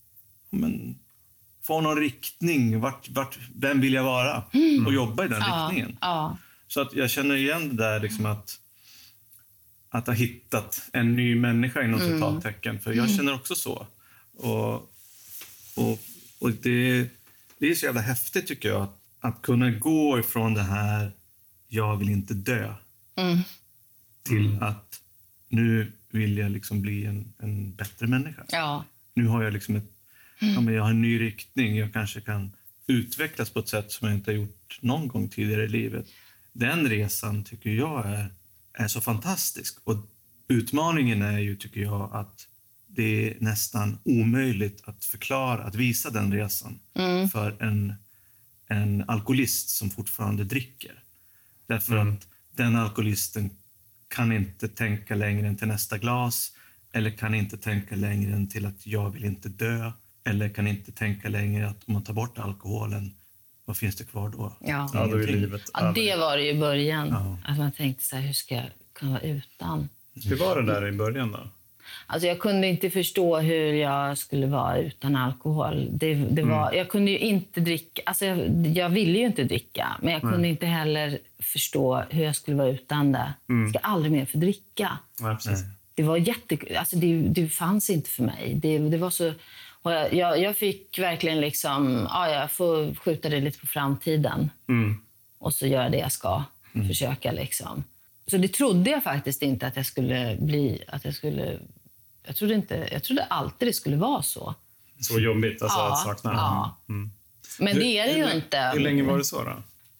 men, få någon riktning, vart, vart, vem vill jag vara? Mm. Och jobba i den ja, riktningen. Ja. Så att jag känner igen det där liksom att, att ha hittat en ny människa inom mm. citattecken. För jag känner också så. Och, och, och det, det är så jävla häftigt tycker jag. Att, att kunna gå ifrån det här, jag vill inte dö. Mm. Till mm. att nu vill jag liksom bli en, en bättre människa. Ja. Nu har jag liksom ett, mm. ja, men jag har en ny riktning. Jag kanske kan utvecklas på ett sätt som jag inte har gjort någon gång tidigare i livet. Den resan tycker jag är, är så fantastisk. Och utmaningen är ju, tycker jag, att det är nästan omöjligt att förklara, att visa den resan mm. för en, en alkoholist som fortfarande dricker. Därför mm. att den alkoholisten kan inte tänka längre än till nästa glas, eller kan inte tänka längre än till att jag vill inte dö, eller kan inte tänka längre att om man tar bort alkoholen, vad finns det kvar då? Ja, ja, då är livet ja det var det i början. Ja. Att man tänkte så här, hur ska jag kunna vara utan? Hur var det där i början då? Alltså jag kunde inte förstå hur jag skulle vara utan alkohol. Det, det var, mm. Jag kunde ju inte dricka. Alltså jag, jag ville ju inte dricka. Men jag kunde mm. inte heller förstå hur jag skulle vara utan det. Mm. Jag ska aldrig mer få dricka. Ja, precis. Det var jätte... Alltså det, det fanns inte för mig. Det, det var så... Och jag, jag, jag fick verkligen liksom... Ja, jag får skjuta det lite på framtiden. Mm. Och så göra det jag ska. Mm. Försöka liksom. Så det trodde jag faktiskt inte att jag skulle bli... Att jag skulle... Jag trodde, inte, jag trodde alltid det skulle vara så. Så jobbigt alltså, ja, att sakna. Ja. Mm. Men hur, det är det ju hur, inte. Hur länge var det så då?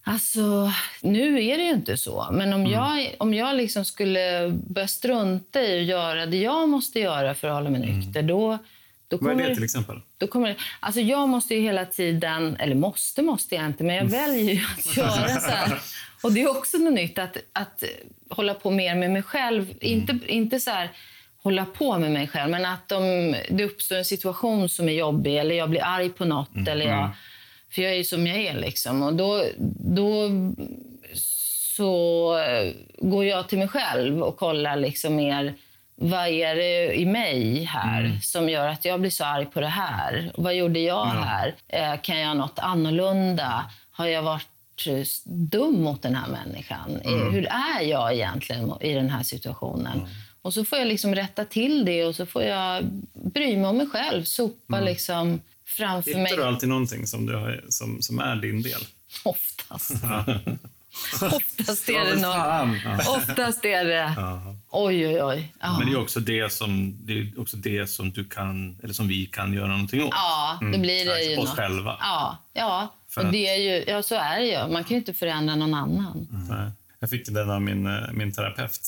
Alltså, nu är det ju inte så. Men om Mm. jag, om jag liksom skulle börja strunta i att göra det jag måste göra för att hålla mig nykter, då, då kommer Vad är det till exempel? Då kommer det, alltså jag måste ju hela tiden, eller måste måste jag inte, men jag väljer ju att göra så här. Och det är också något nytt att, att hålla på mer med mig själv. Mm. Inte, inte så här hålla på med mig själv, men att om det uppstår en situation som är jobbig eller jag blir arg på något. Mm. Eller jag, för jag är ju som jag är liksom. Och då, då så går jag till mig själv och kollar liksom mer... Vad är det i mig här mm. som gör att jag blir så arg på det här? Vad gjorde jag mm. här? Eh, kan jag göra något annorlunda? Har jag varit dum mot den här människan? Mm. Hur är jag egentligen i den här situationen? Mm. Och så får jag liksom rätta till det och så får jag bry mig om mig själv. Sopa mm. liksom framför Hittar mig. Hittar du alltid någonting som, du har, som, som är din del? Oftast. Oftast är det något. Oftast är det... Oj, oj, oj. Ja. Men det är också det som det är också det som du kan eller som vi kan göra någonting åt. Ja, det blir det ju. Oss något. själva. Ja, ja. Och det är ju, ja, så är det ju. Man kan ju inte förändra någon annan. Mm. Nej. Jag fick den av min, min terapeut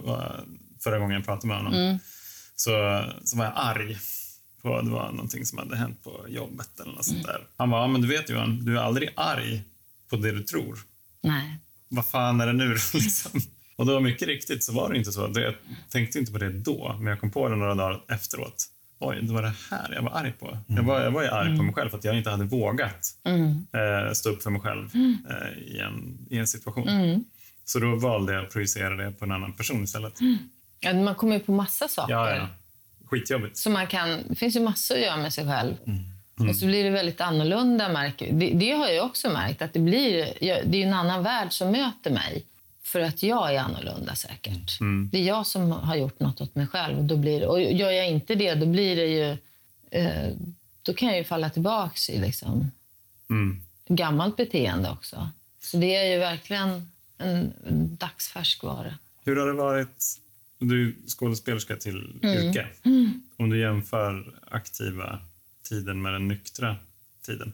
förra gången jag pratade med honom. Mm. Så, så var jag arg på det var någonting som hade hänt på jobbet eller något sånt där. Han bara, men du vet Johan, du är aldrig arg på det du tror. Nej. Vad fan är det nu liksom? Och då mycket riktigt så var det inte så. Jag tänkte inte på det då, men jag kom på det några dagar efteråt. Oj, det var det här jag var arg på. Mm. Jag, var, jag var ju arg mm. på mig själv för att jag inte hade vågat mm. eh, stå upp för mig själv mm. eh, i, en, i en situation. Mm. Så då valde jag att projicera det på en annan person istället. Mm. Ja, man kommer ju på massa saker. Ja, ja. Skitjobbigt. Så man kan, det finns ju massor att göra med sig själv. Mm. Mm. Och så blir det väldigt annorlunda. Märker. Det, det har jag också märkt. Att det, blir, det är en annan värld som möter mig. För att jag är annorlunda säkert. Mm. Det är jag som har gjort något åt mig själv. Och, då blir det, och gör jag inte det, då blir det ju... Eh, då kan jag ju falla tillbaka i liksom, mm. gammalt beteende också. Så det är ju verkligen en, en dagsfärskvara. Hur har det varit... Du är skådespelerska till mm. yrke. Mm. Om du jämför aktiva tiden med den nyktra tiden.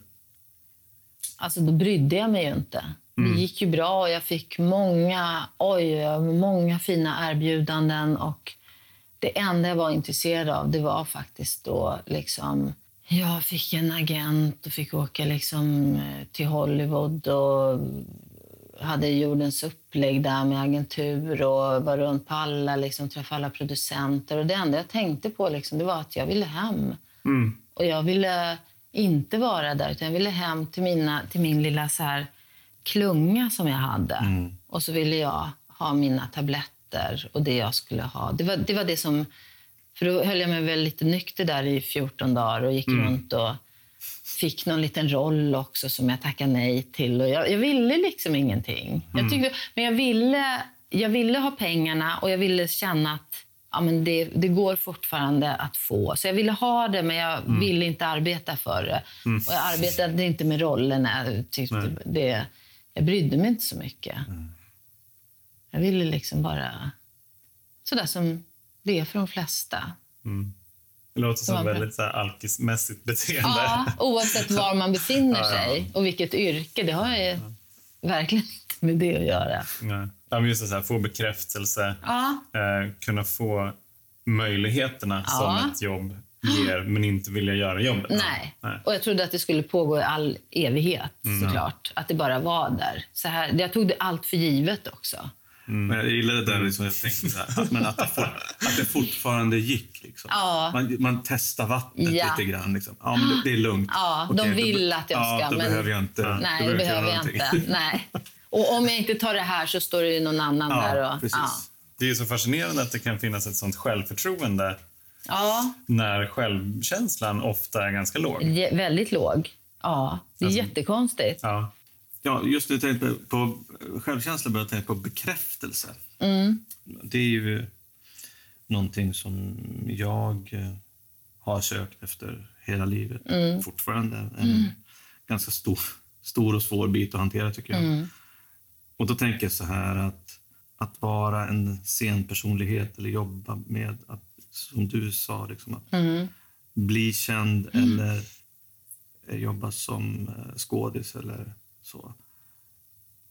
Alltså då brydde jag mig ju inte. Mm. Det gick ju bra och jag fick många, oj, många fina erbjudanden. Och det enda jag var intresserad av, det var faktiskt då liksom... Jag fick en agent och fick åka liksom till Hollywood och hade jordens upplägg där med agentur och var runt på alla, liksom, träffade alla producenter. Och det enda jag tänkte på liksom, det var att jag ville hem. Mm. Och jag ville inte vara där, utan jag ville hem till, mina, till min lilla så här klunga som jag hade. Mm. Och så ville jag ha mina tabletter och det jag skulle ha. Det var det, var det som... För då höll jag mig väl lite nykter där i fjorton dagar och gick mm. runt och fick någon liten roll också som jag tackade nej till. Och jag, jag ville liksom ingenting. Mm. Jag tyckte, men jag ville, jag ville ha pengarna och jag ville känna att ja, men det, det går fortfarande att få. Så jag ville ha det, men jag mm. ville inte arbeta för det. Mm. Och jag arbetade inte med rollerna. Jag, tyckte det, jag brydde mig inte så mycket. Mm. Jag ville liksom bara... Sådär som det är för de flesta. Mm. Det låter som man... väldigt så här alkismässigt beteende. Ja, oavsett var man befinner sig. Ja, ja. Och vilket yrke. Det har ju ja. verkligen inte med det att göra. Nej. Ja, men just det, så här, få bekräftelse, ja. eh, kunna få möjligheterna ja. som ett jobb ger, men inte vilja göra jobbet. Nej. Nej, och jag trodde att det skulle pågå i all evighet, mm. såklart. Att det bara var där. Så här, jag tog det allt för givet också. Mm. Men jag gillade det där, liksom, jag tänkte så här, men att, det for, att det fortfarande gick. Liksom. Ja. Man, man testar vattnet ja. lite grann. Liksom. Ja, men det, det är lugnt. Ja, de Okej, vill då, att jag ska. Ja, då men... behöver jag inte. Nej, det behöver jag inte. Nej. Och om jag inte tar det här så står det ju någon annan ja, där. Och, precis. Ja. Det är så fascinerande att det kan finnas ett sånt självförtroende ja. när självkänslan ofta är ganska låg. Je- väldigt låg. Ja, det är alltså, jättekonstigt. Ja. Ja, just nu tänkte jag på självkänsla, börjar jag tänka på bekräftelse. Mm. Det är ju någonting som jag har sökt efter hela livet. Mm. Fortfarande en mm. ganska stor, stor och svår bit att hantera, tycker jag. Mm. Och då tänker jag så här att att vara en scenpersonlighet eller jobba med att, som du sa, liksom, att mm. bli känd mm. eller jobba som skådis eller så.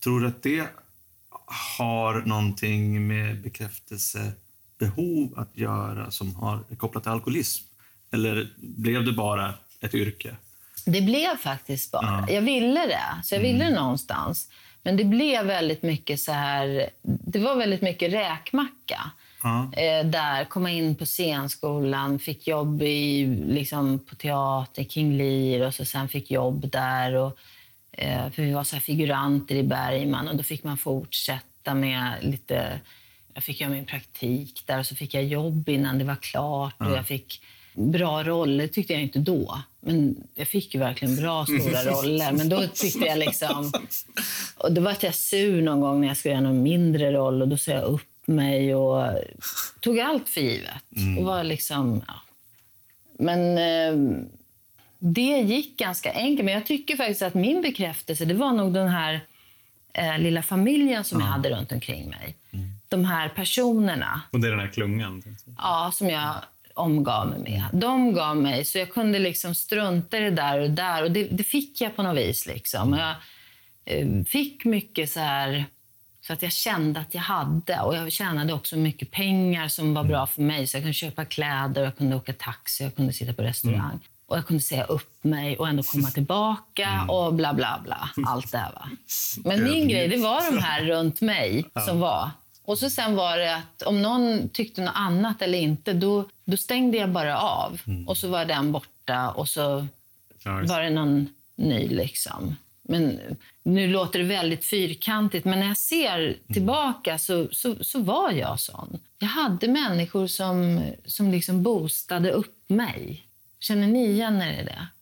Tror du att det har någonting med bekräftelsebehov att göra som har kopplat till alkoholism? Eller blev det bara ett yrke? Det blev faktiskt bara. Ja. Jag ville det. Så jag ville Mm. det någonstans. Men det blev väldigt mycket så här... Det var väldigt mycket räkmacka. Ja. Eh, där komma in på scenskolan, fick jobb i, liksom, på teater, King Lear, och så sen fick jobb där. Och, eh, för vi var så här figuranter i Bergman, och då fick man fortsätta med lite... Jag fick göra min praktik där, och så fick jag jobb innan det var klart. Ja. Och jag fick bra roller, tyckte jag inte då. Men jag fick ju verkligen bra stora roller. Men då tyckte jag liksom... Och då var jag sur någon gång när jag skulle göra någon mindre roll, och då sa jag upp mig och tog allt för givet. Mm. Och var liksom, ja. Men eh, det gick ganska enkelt. Men jag tycker faktiskt att min bekräftelse, det var nog den här eh, lilla familjen som Ja. jag hade runt omkring mig. Mm. De här personerna. Och det är den här klungan. Ja, som jag omgav mig med. De gav mig, så jag kunde liksom strunta i det där och där. Och det, det fick jag på något vis. Liksom. Och jag eh, fick mycket så här... Så att jag kände att jag hade. Och jag tjänade också mycket pengar som var bra för mig. Så jag kunde köpa kläder, jag kunde åka taxi, jag kunde sitta på restaurang. Mm. Och jag kunde säga upp mig och ändå komma tillbaka mm. och bla bla bla. Allt det här, va. Men min grej, det var de här runt mig ja. som var. Och så sen var det att om någon tyckte något annat eller inte, då, då stängde jag bara av. Mm. Och så var den borta och så ja, var det någon ny liksom. Men nu låter det väldigt fyrkantigt, men när jag ser tillbaka så, så, så var jag sån. Jag hade människor som, som liksom boostade upp mig. Känner ni igen er i det?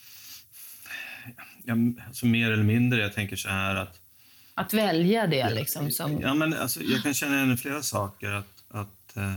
Ja, alltså mer eller mindre, jag tänker så här att... Att välja det liksom som... Ja, men alltså, jag kan känna igen flera saker. Att, att eh,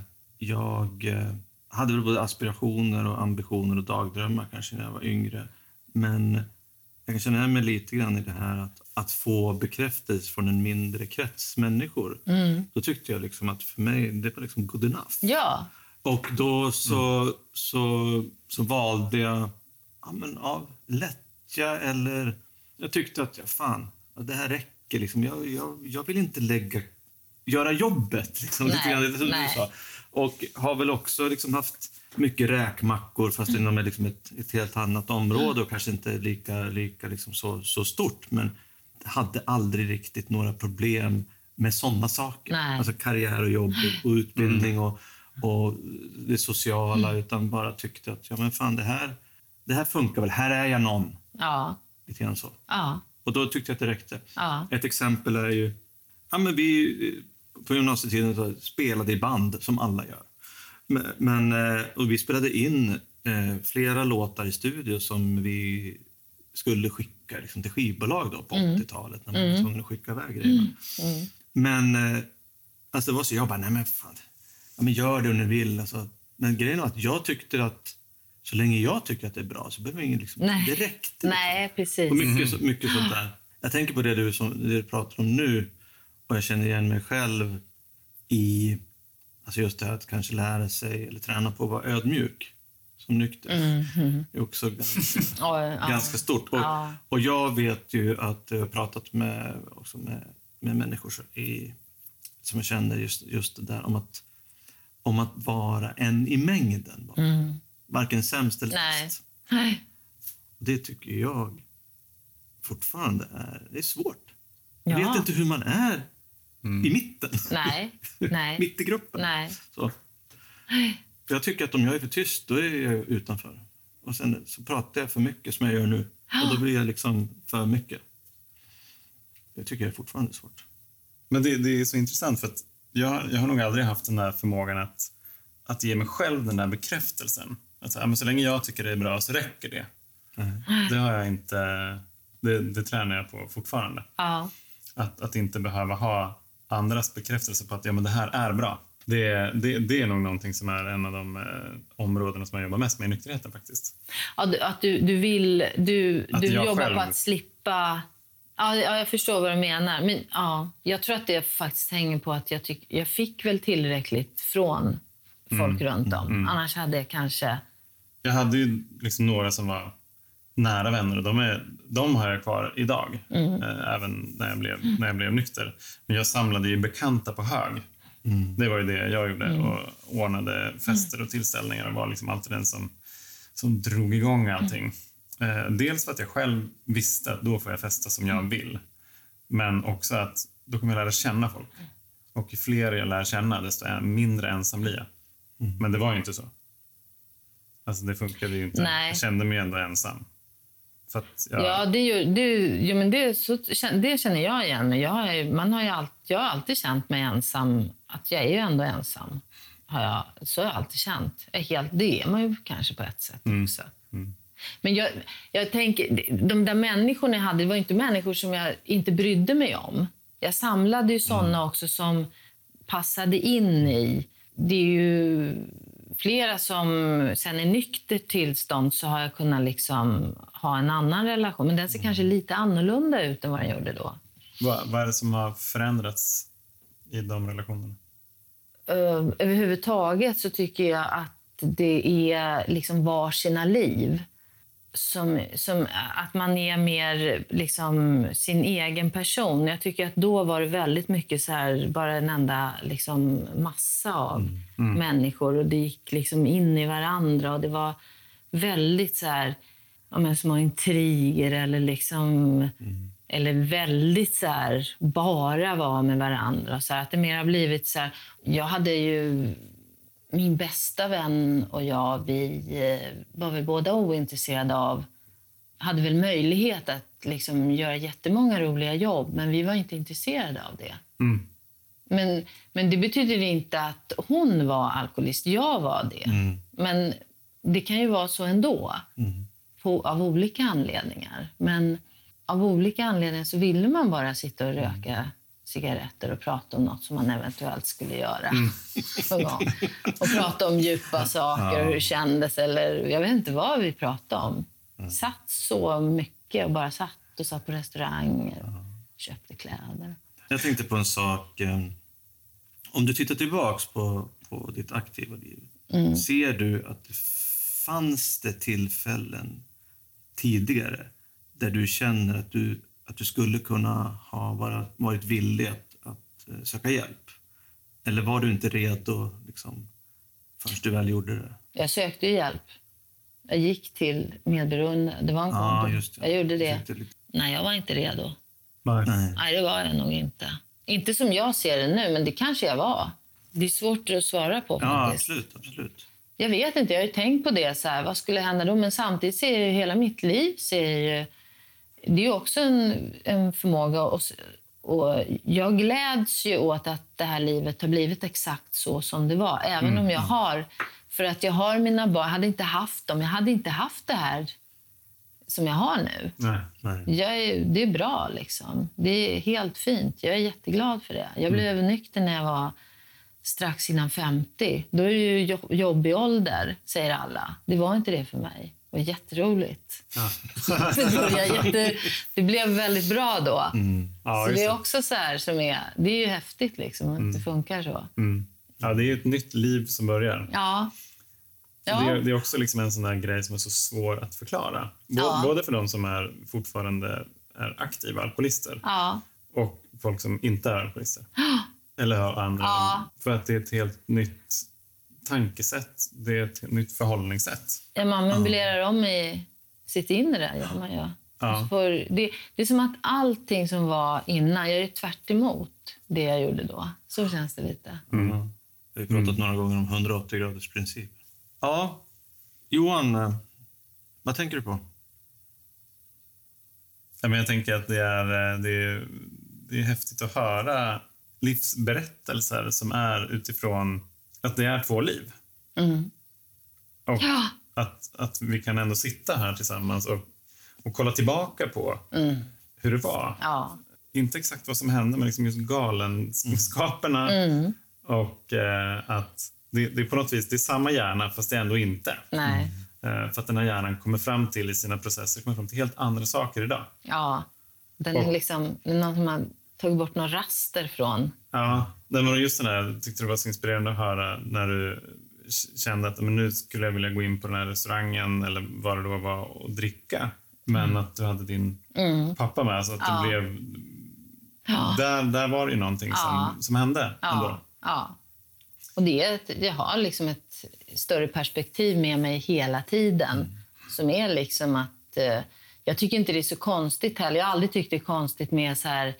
jag eh, hade väl både aspirationer och ambitioner och dagdrömmar kanske när jag var yngre. Men... Jag kan känna igen mig lite grann i det här att, att få bekräftelse från en mindre krets människor. Mm. Då tyckte jag liksom att för mig, det var liksom good enough. Ja. Och då så, mm. så, så valde jag ja, men av lättja eller... Jag tyckte att ja, fan, det här räcker. Liksom. Jag, jag, jag vill inte lägga, göra jobbet. Liksom, nej, lite grann, som nej. du sa. Och har väl också liksom haft... mycket räkmackor fast mm. inom liksom ett, ett helt annat område och kanske inte lika, lika liksom så, så stort. Men hade aldrig riktigt några problem med sådana saker. Nej. Alltså karriär och jobb och utbildning och, och det sociala. Mm. Utan bara tyckte att ja, men fan, det, här, det här funkar väl. Här är jag någon. Ja. Lite grann så. Ja. Och då tyckte jag att det räckte. Ja. Ett exempel är ju... Ja, men vi på gymnasietiden spelade i band som alla gör. Men, och vi spelade in eh, flera låtar i studio som vi skulle skicka liksom, till skivbolag då, på mm. åttiotalet när man var tvungen att skicka iväg grejerna. Mm. Mm. Men eh, alltså det var så, jag bara, nej men fan, ja, men gör det om ni vill. Alltså, men grejen var att jag tyckte att så länge jag tycker att det är bra så behöver ingen liksom, det räckte. Liksom. Nej, precis. Och mycket, så, mycket sånt där. Jag tänker på det du, som, det du pratar om nu och jag känner igen mig själv i... Alltså just det här att kanske lära sig eller träna på att vara ödmjuk som nykter. Mm, mm. Det är också ganska, oh, ganska stort. Och, oh. och jag vet ju att jag har pratat med, också med, med människor i, som jag känner just, just det där om att, om att vara en i mängden. Mm. Varken sämst eller bäst. Nej. Det tycker jag fortfarande är, det är svårt. Ja. Jag vet inte hur man är Mm. i mitten. Nej. Nej. Mitt i gruppen. Nej. Så. För jag tycker att om jag är för tyst, då är jag utanför. Och sen så pratar jag för mycket som jag gör nu. Och då blir jag liksom för mycket. Det tycker jag är fortfarande svårt. Men det, det är så intressant för att jag, jag har nog aldrig haft den där förmågan att, att ge mig själv den där bekräftelsen. Att ja, men så länge jag tycker det är bra så räcker det. Mm. Det har jag inte... Det, det tränar jag på fortfarande. Ja. Att, att inte behöva ha andras bekräftelse på att ja, men det här är bra. Det, det, det är nog någonting som är en av de eh, områdena som jag jobbar mest med i nykterheten faktiskt. Ja, du, att du, du vill... Du, du jobbar själv... på att slippa... Ja, jag förstår vad du menar. Men, ja, jag tror att det faktiskt hänger på att jag, tyck, jag fick väl tillräckligt från folk mm. runt om. Mm. Annars hade jag kanske... Jag hade ju liksom några som var nära vänner och de, är, de har jag kvar idag. Mm. Eh, även när jag, blev, när jag blev nykter. Men jag samlade ju bekanta på hög. Mm. Det var ju det jag gjorde. Mm. Och ordnade fester och tillställningar och var liksom alltid den som, som drog igång allting. Eh, dels för att jag själv visste att då får jag festa som jag vill. Men också att då kommer jag lära känna folk. Och ju fler jag lär känna, desto mindre ensam blir jag. Mm. Men det var ju inte så. Alltså det funkade ju inte. Nej. Jag kände mig ändå ensam. För att jag... Ja, det, är ju, det, jo, men det, så, det känner jag igen. Men jag, är, man har ju all, jag har alltid känt mig ensam. Att jag är ju ändå ensam. Har jag, så har jag alltid känt. Jag är helt, det är man ju kanske på ett sätt mm. också. Mm. Men jag, jag tänker, de där människorna jag hade, det var inte människor som jag inte brydde mig om. Jag samlade ju sådana mm. också som passade in i. Det är ju flera som sen i nyktert tillstånd så har jag kunnat liksom ha en annan relation. Men den ser mm. kanske lite annorlunda ut än vad den gjorde då. Vad, vad är det som har förändrats i de relationerna? Uh, överhuvudtaget så tycker jag att det är liksom var sina liv. Som, som att man är mer liksom sin egen person. Jag tycker att då var det väldigt mycket så här, bara en enda liksom massa av mm. Mm. människor. Och det gick liksom in i varandra. Och det var väldigt så här, ja, men små intriger eller liksom... Mm. Eller väldigt så här, bara vara med varandra. Så här, att det mer har blivit så här... Jag hade ju... Min bästa vän och jag, vi var väl båda ointresserade av... Hade väl möjlighet att liksom göra jättemånga roliga jobb. Men vi var inte intresserade av det. Mm. Men, men det betyder inte att hon var alkoholist. Jag var det. Mm. Men det kan ju vara så ändå. Mm. På, av olika anledningar. Men... Av olika anledningar så ville man bara sitta och röka mm. cigaretter och prata om något som man eventuellt skulle göra. Mm. Och prata om djupa saker ja. och hur det kändes. Eller jag vet inte vad vi pratade om. Mm. Satt så mycket och bara satt och satt på restauranger och ja. köpte kläder. Jag tänkte på en sak. Om du tittar tillbaks på, på ditt aktiva liv. Mm. Ser du att det fanns det tillfällen tidigare där du känner att du, att du skulle kunna ha varit, varit villig att, att söka hjälp? Eller var du inte redo liksom, förrän du väl gjorde det? Jag sökte hjälp. Jag gick till medberoende. Det var en ah, just det. Jag gjorde det. Jag Nej, jag var inte redo. Nej. Nej, det var jag nog inte. Inte som jag ser det nu, men det kanske jag var. Det är svårt att svara på. Ja, faktiskt. absolut, absolut. Jag vet inte, jag har ju tänkt på det. Så här, vad skulle hända då? Men samtidigt ser jag hela mitt liv ser det är ju också en, en förmåga. Och, och jag gläds ju åt att det här livet har blivit exakt så som det var. Även mm. om jag har... För att jag har mina barn, jag hade inte haft dem. Jag hade inte haft det här som jag har nu. Nej, nej. Jag är, det är bra liksom. Det är helt fint. Jag är jätteglad för det. Jag blev mm. nykter när jag var strax innan femtio. Då är det ju jobbig ålder, säger alla. Det var inte det för mig. Det var jätteroligt. Ja. det, jätte, det blev väldigt bra då. Mm. Ja, så det är också så här som är... Det är ju häftigt liksom att mm. det funkar så. Mm. Ja, det är ett nytt liv som börjar. Ja. ja. Det, är, det är också liksom en sån där grej som är så svår att förklara. B- ja. Både för de som är fortfarande är aktiva alkoholister ja. och folk som inte är alkoholister. Eller har andra. Ja. För att det är ett helt nytt tankesätt. Det är ett nytt förhållningssätt. Ja, man möblerar ja. om i sitt inre. Gör man ju. Ja. För det, det är som att allting som var innan, jag är tvärt emot det jag gjorde då. Så känns det lite. Mm. Vi har pratat mm. några gånger om hundraåttio graders princip. Ja, Johan, vad tänker du på? Ja, men jag tänker att det är, det, är, det är häftigt att höra livsberättelser som är utifrån att det är två liv. Mm. Och ja. att, att vi kan ändå sitta här tillsammans och, och kolla tillbaka på mm. hur det var. Ja. Inte exakt vad som hände, men liksom just galenskaperna. Mm. Och eh, att det, det är på något vis det är samma hjärna, fast det är ändå inte. Nej. Eh, för att den här hjärnan kommer fram till i sina processer, kommer fram till helt andra saker idag. Ja, den är och, liksom någon som man tagit bort några raster från. Ja, det var just den här, tyckte det var så inspirerande att höra när du kände att men nu skulle jag vilja gå in på den här restaurangen eller vad det då var och dricka. Men Mm. att du hade din Mm. pappa med. Så att Ja. det blev... Ja. Där, där var det ju någonting Ja. som, som hände ändå. Ja, ja. Och det är ett, jag har liksom ett större perspektiv med mig hela tiden. Mm. Som är liksom att... Eh, jag tycker inte det är så konstigt heller. Jag har aldrig tyckt det är konstigt med så här...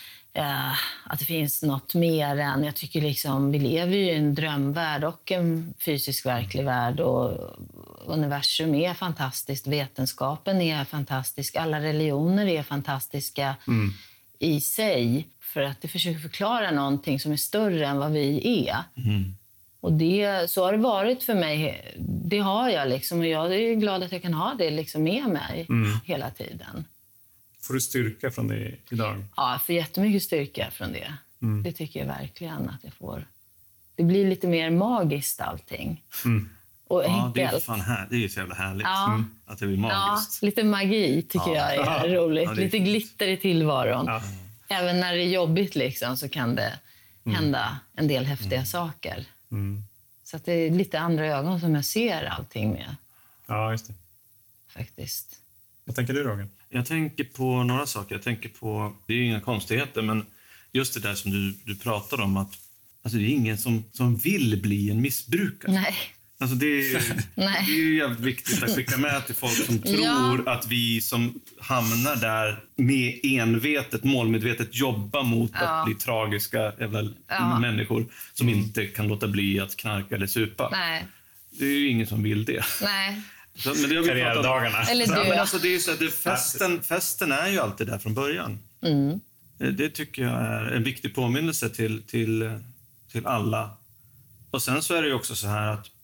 Eh, att det finns något mer än... Jag tycker liksom, vi lever ju i en drömvärld och en fysisk verklig värld. Och universum är fantastiskt. Vetenskapen är fantastisk. Alla religioner är fantastiska Mm. i sig. För att det försöker förklara någonting som är större än vad vi är. Mm. Och det, så har det varit för mig. Det har jag liksom. Och jag är glad att jag kan ha det liksom med mig Mm. hela tiden. Får du styrka från det idag? Ja, jag får jättemycket styrka från det. Mm. Det tycker jag verkligen att jag får. Det blir lite mer magiskt allting. Mm. Och Ja, det är, enkelt. fan här, det är ju så jävla härligt. Ja. Mm. Att det blir Ja, magiskt. lite magi tycker Ja. jag är Ja. roligt. Ja, det är lite fint. glitter i tillvaron. Ja. Även när det är jobbigt liksom, så kan det hända en del häftiga saker. Mm. Så att det är lite andra ögon som jag ser allting med Ja, just det. faktiskt. Vad tänker du, Roger? Jag tänker på några saker. Jag tänker på, det är ju inga konstigheter, men just det där som du, du pratar om, att alltså det är ingen som, som vill bli en missbrukare. Nej. Alltså det, är, ju- Nej. det är ju jävligt viktigt att skicka med till folk som tror Ja. att vi som hamnar där med envetet, målmedvetet jobba mot Ja. att bli tragiska jävla Ja. människor som inte kan låta bli att knarka eller supa. Nej. Det är ju ingen som vill det. Nej. Så, men det har vi pratat om. Karriärdagarna. Eller Ja, du. men alltså det är ju så att det, festen, festen är ju alltid där från början. Mm. Det, det tycker jag är en viktig påminnelse till, till, till alla. Och sen så är det ju också så här att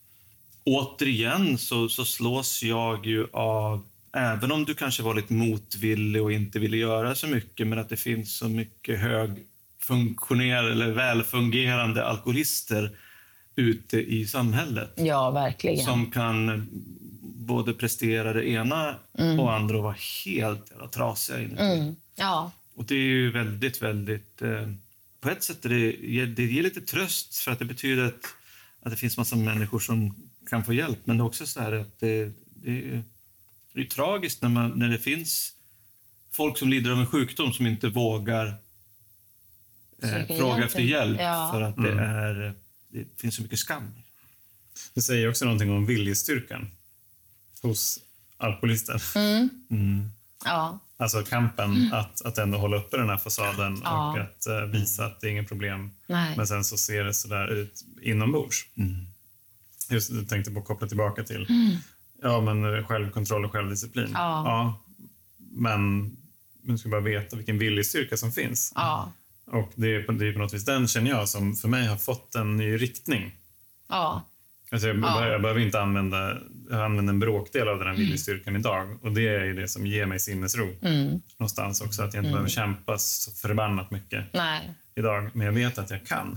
återigen så, så slås jag ju av, även om du kanske var lite motvillig och inte ville göra så mycket, men att det finns så mycket högfunktionerande eller välfungerande alkoholister ute i samhället. Ja, verkligen. Som kan både prestera det ena och andra och vara helt jävla trasiga inuti. Mm. Ja. Och det är ju väldigt, väldigt... Eh, på ett sätt är det, det ger lite tröst för att det betyder att, att det finns massa människor som kan få hjälp. Men det är också så här att det, det, är, det är tragiskt när, man, när det finns folk som lider av en sjukdom som inte vågar eh, Söka fråga hjälp. efter hjälp Ja. för att det, är, det finns så mycket skam. Det säger också någonting om viljestyrkan hos alkoholister. Mm. Mm. Ja. Alltså kampen att, att ändå hålla uppe den här fasaden Ja. och att uh, visa att det är inget problem. Nej. Men sen så ser det så där ut inombords. Mm. Just det, jag tänkte på att koppla tillbaka till Mm. ja, men självkontroll och självdisciplin. Ja. Ja, men man ska bara veta vilken viljestyrka som finns. Ja. Och det är, på, det är på något vis den, känner jag, som för mig har fått en ny riktning. Ja. Alltså jag, Ja. behöver, jag behöver inte använda, jag använder en bråkdel av den här viljestyrkan idag. Och det är ju det som ger mig sinnesro. Mm. Någonstans också, att jag inte behöver kämpa så förbannat mycket Nej. idag. Men jag vet att jag kan.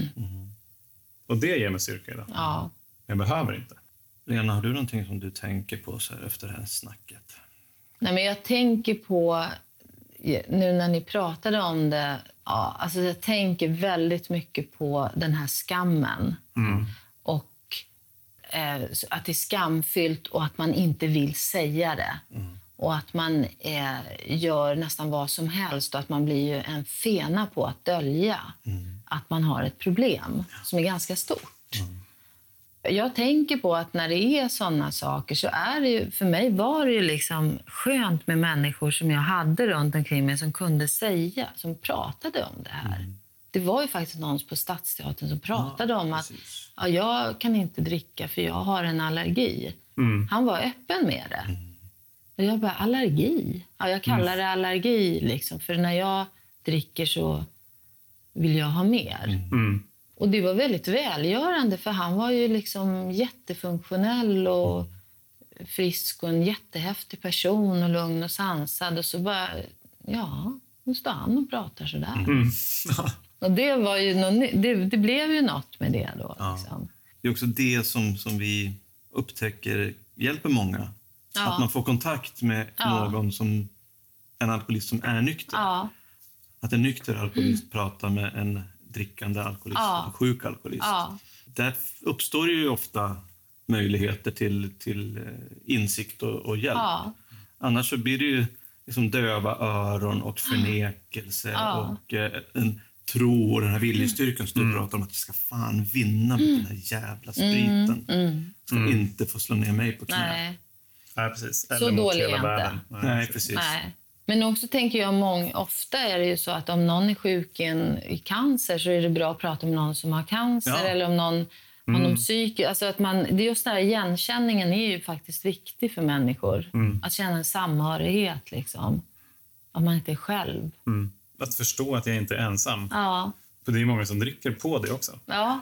Och det ger mig styrka idag. Ja. Jag behöver inte. Lena, har du någonting som du tänker på så här efter det här snacket? Nej, men jag tänker på, nu när ni pratade om det, ja, alltså jag tänker väldigt mycket på den här skammen. Mm. Och eh, att det är skamfyllt och att man inte vill säga det. Mm. Och att man eh, gör nästan vad som helst och att man blir ju en fena på att dölja Mm. att man har ett problem som är ganska stort. Jag tänker på att när det är såna saker så är det ju, för mig var det ju liksom skönt med människor som jag hade runt omkring mig som kunde säga, som pratade om det här. Det var ju faktiskt någon på Stadsteatern som pratade om att precis. ja, jag kan inte dricka för jag har en allergi. Mm. Han var öppen med det. Och jag bara, allergi? Ja, jag kallar det allergi liksom, för när jag dricker så vill jag ha mer. Mm. Och det var väldigt välgörande för han var ju liksom jättefunktionell och frisk och en jättehäftig person och lugn och sansad. Och så bara, ja, nu står han och pratar sådär. Mm. Och det var ju något, ny- det, det blev ju något med det då. Ja. Liksom. Det är också det som, som vi upptäcker hjälper många. Ja. Att man får kontakt med Ja. någon som en alkoholist som är nykter. Ja, Att en nykter alkoholist pratar med en drickande alkoholist, Ja. en sjuk alkoholist. ja, Där uppstår ju ofta möjligheter till, till eh, insikt och, och hjälp. ja, Annars så blir det ju liksom döva öron och förnekelse Ja. och eh, en tro och den här viljestyrkan som du pratar om, att jag ska fan vinna med den här jävla spriten. Mm. Mm. Ska inte få slå ner mig på knä. Nej. Nej, precis. Så Eller mot dålig är hela jag inte. världen. Nej, Nej, precis. Nej. Men också tänker jag, mång, ofta är det ju så att om någon är sjuk i, en, i cancer så är det bra att prata med någon som har cancer. Ja. Eller om någon har någon psyk. Alltså att man, det är just den här igenkänningen är ju faktiskt viktig för människor. Mm. Att känna en samhörighet liksom. Att man inte är själv. Mm. Att förstå att jag inte är ensam. Ja. För det är många som dricker på det också. Ja.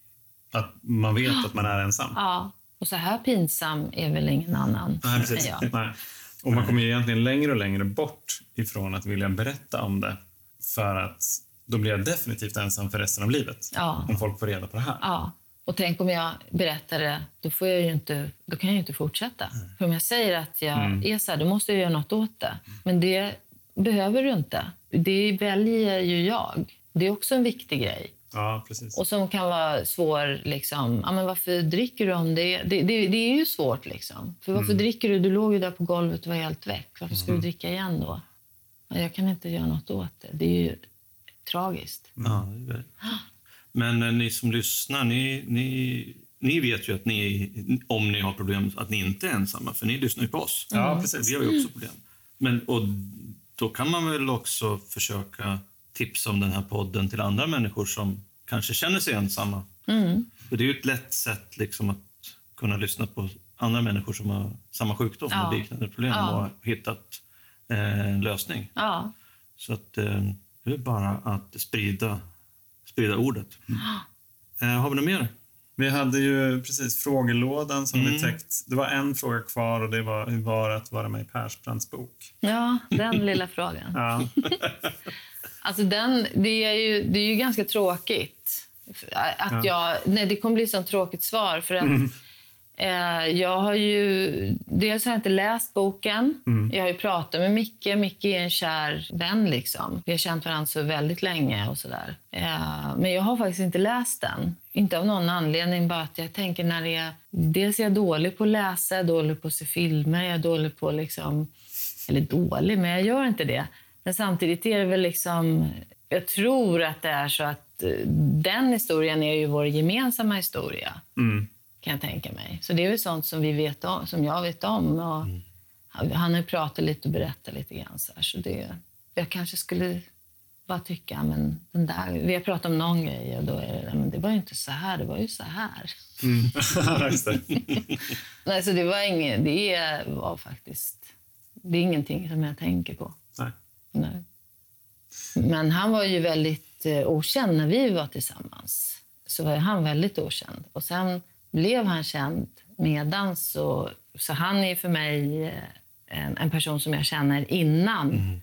Att man vet att man är ensam. Ja. Och så här pinsam är väl ingen annan Nej, precis. än jag. Nej. Och man kommer ju egentligen längre och längre bort ifrån att vilja berätta om det. För att då blir jag definitivt ensam för resten av livet. Ja. Om folk får reda på det här. Ja. Och tänk om jag berättar det, då, får jag ju inte, då kan jag ju inte fortsätta. Mm. För om jag säger att jag mm. är så här, då måste jag göra något åt det. Men det behöver du inte. Det väljer ju jag. Det är också en viktig grej. Ja, precis. Och som kan vara svår, liksom, ja, men varför dricker du om det? Det, det, det är ju svårt liksom. För varför mm. dricker du? Du låg ju där på golvet och var helt väck. Varför ska mm. du dricka igen då? Ja, jag kan inte göra något åt det. Det är ju tragiskt. Mm. Ja, det är det. Men eh, ni som lyssnar, ni, ni, ni vet ju att ni, om ni har problem, att ni inte är ensamma. För ni lyssnar ju på oss. Mm. Ja, precis. Vi har ju också problem. Men, och då kan man väl också försöka tipsa om den här podden till andra människor som kanske känner sig ensamma. Mm. För det är ju ett lätt sätt liksom att kunna lyssna på andra människor som har samma sjukdom Ja. och liknande problem Ja. och har hittat eh, en lösning. Ja. Så att, eh, det är bara att sprida, sprida ordet. Mm. Eh, har vi något mer? Vi hade ju precis frågelådan som Mm. vi täckt. Det var en fråga kvar och det var hur var det att vara med i Persbrandts bok. Ja, den lilla frågan. Ja. Alltså den, det, är ju, det är ju ganska tråkigt. Att jag, nej, det kommer bli ett sånt tråkigt svar. För att Mm. eh, jag har ju... Dels har jag inte läst boken. Mm. Jag har ju pratat med Micke. Micke är en kär vän. Liksom. Vi har känt varandra så väldigt länge. Och så där. Eh, men jag har faktiskt inte läst den. Inte av någon anledning. Bara att jag tänker när det är... Dels är jag dålig på att läsa. Jag är dålig på att se filmer. Jag är dålig på liksom... Eller dålig, men jag gör inte det. Men samtidigt är det väl liksom... Jag tror att det är så att den historien är ju vår gemensamma historia. Mm. Kan jag tänka mig. Så det är väl sånt som vi vet om, som jag vet om. Och Mm. Han har ju pratat lite och berättat lite grann så här. Så det, jag kanske skulle bara tycka, men den där... Vi har pratat om någon grej och då är det, men det var ju inte så här, det var ju så här. Mm. Just det. Nej, så det var inget, det var faktiskt... Det är ingenting som jag tänker på. Nej. Nej. Men han var ju väldigt eh, okänd när vi var tillsammans. Så var han väldigt okänd. Och sen blev han känd medans. Så, så han är för mig eh, en, en person som jag känner innan. Mm.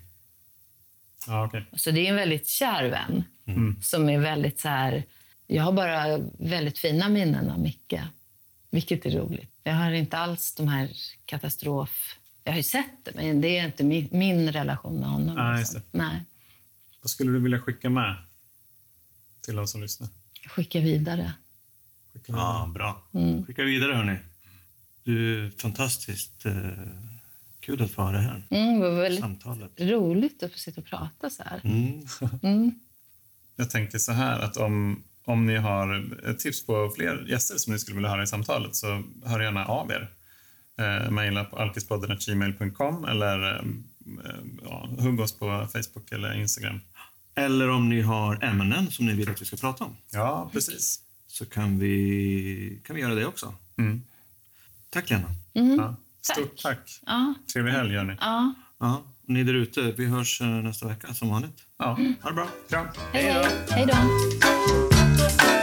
Ja, okej. Så det är en väldigt kär vän. Mm. Som är väldigt så här... Jag har bara väldigt fina minnen av Micke. Vilket är roligt. Jag har inte alls de här katastrof... Jag har ju sett det, men det är inte min, min relation med honom. Ah, liksom. just det. Nej. Vad skulle du vilja skicka med till de som lyssnar? Skicka vidare. Skicka med. Ja, bra. Mm. Skicka vidare, hörni. Du är fantastiskt eh, kul att få ha det här Mm, det var väldigt samtalet. roligt att få sitta och prata så här. Mm. Mm. Jag tänker så här att om, om ni har ett tips på fler gäster som ni skulle vilja höra i samtalet så hör gärna av er. Eh, maila på alkispodden at gmail punkt com eller eh, ja, hugg oss på Facebook eller Instagram. Eller om ni har ämnen som ni vill att vi ska prata om, Ja, precis. så kan vi, kan vi göra det också. Mm. Tack, Lena. Mm. Ja. Stort tack. tack. Ja. Trevlig helg gör ni. Ja. Ja, och ni där ute, vi hörs eh, nästa vecka som vanligt. Ja. Ha det bra. Kram. Hej då. Hej då.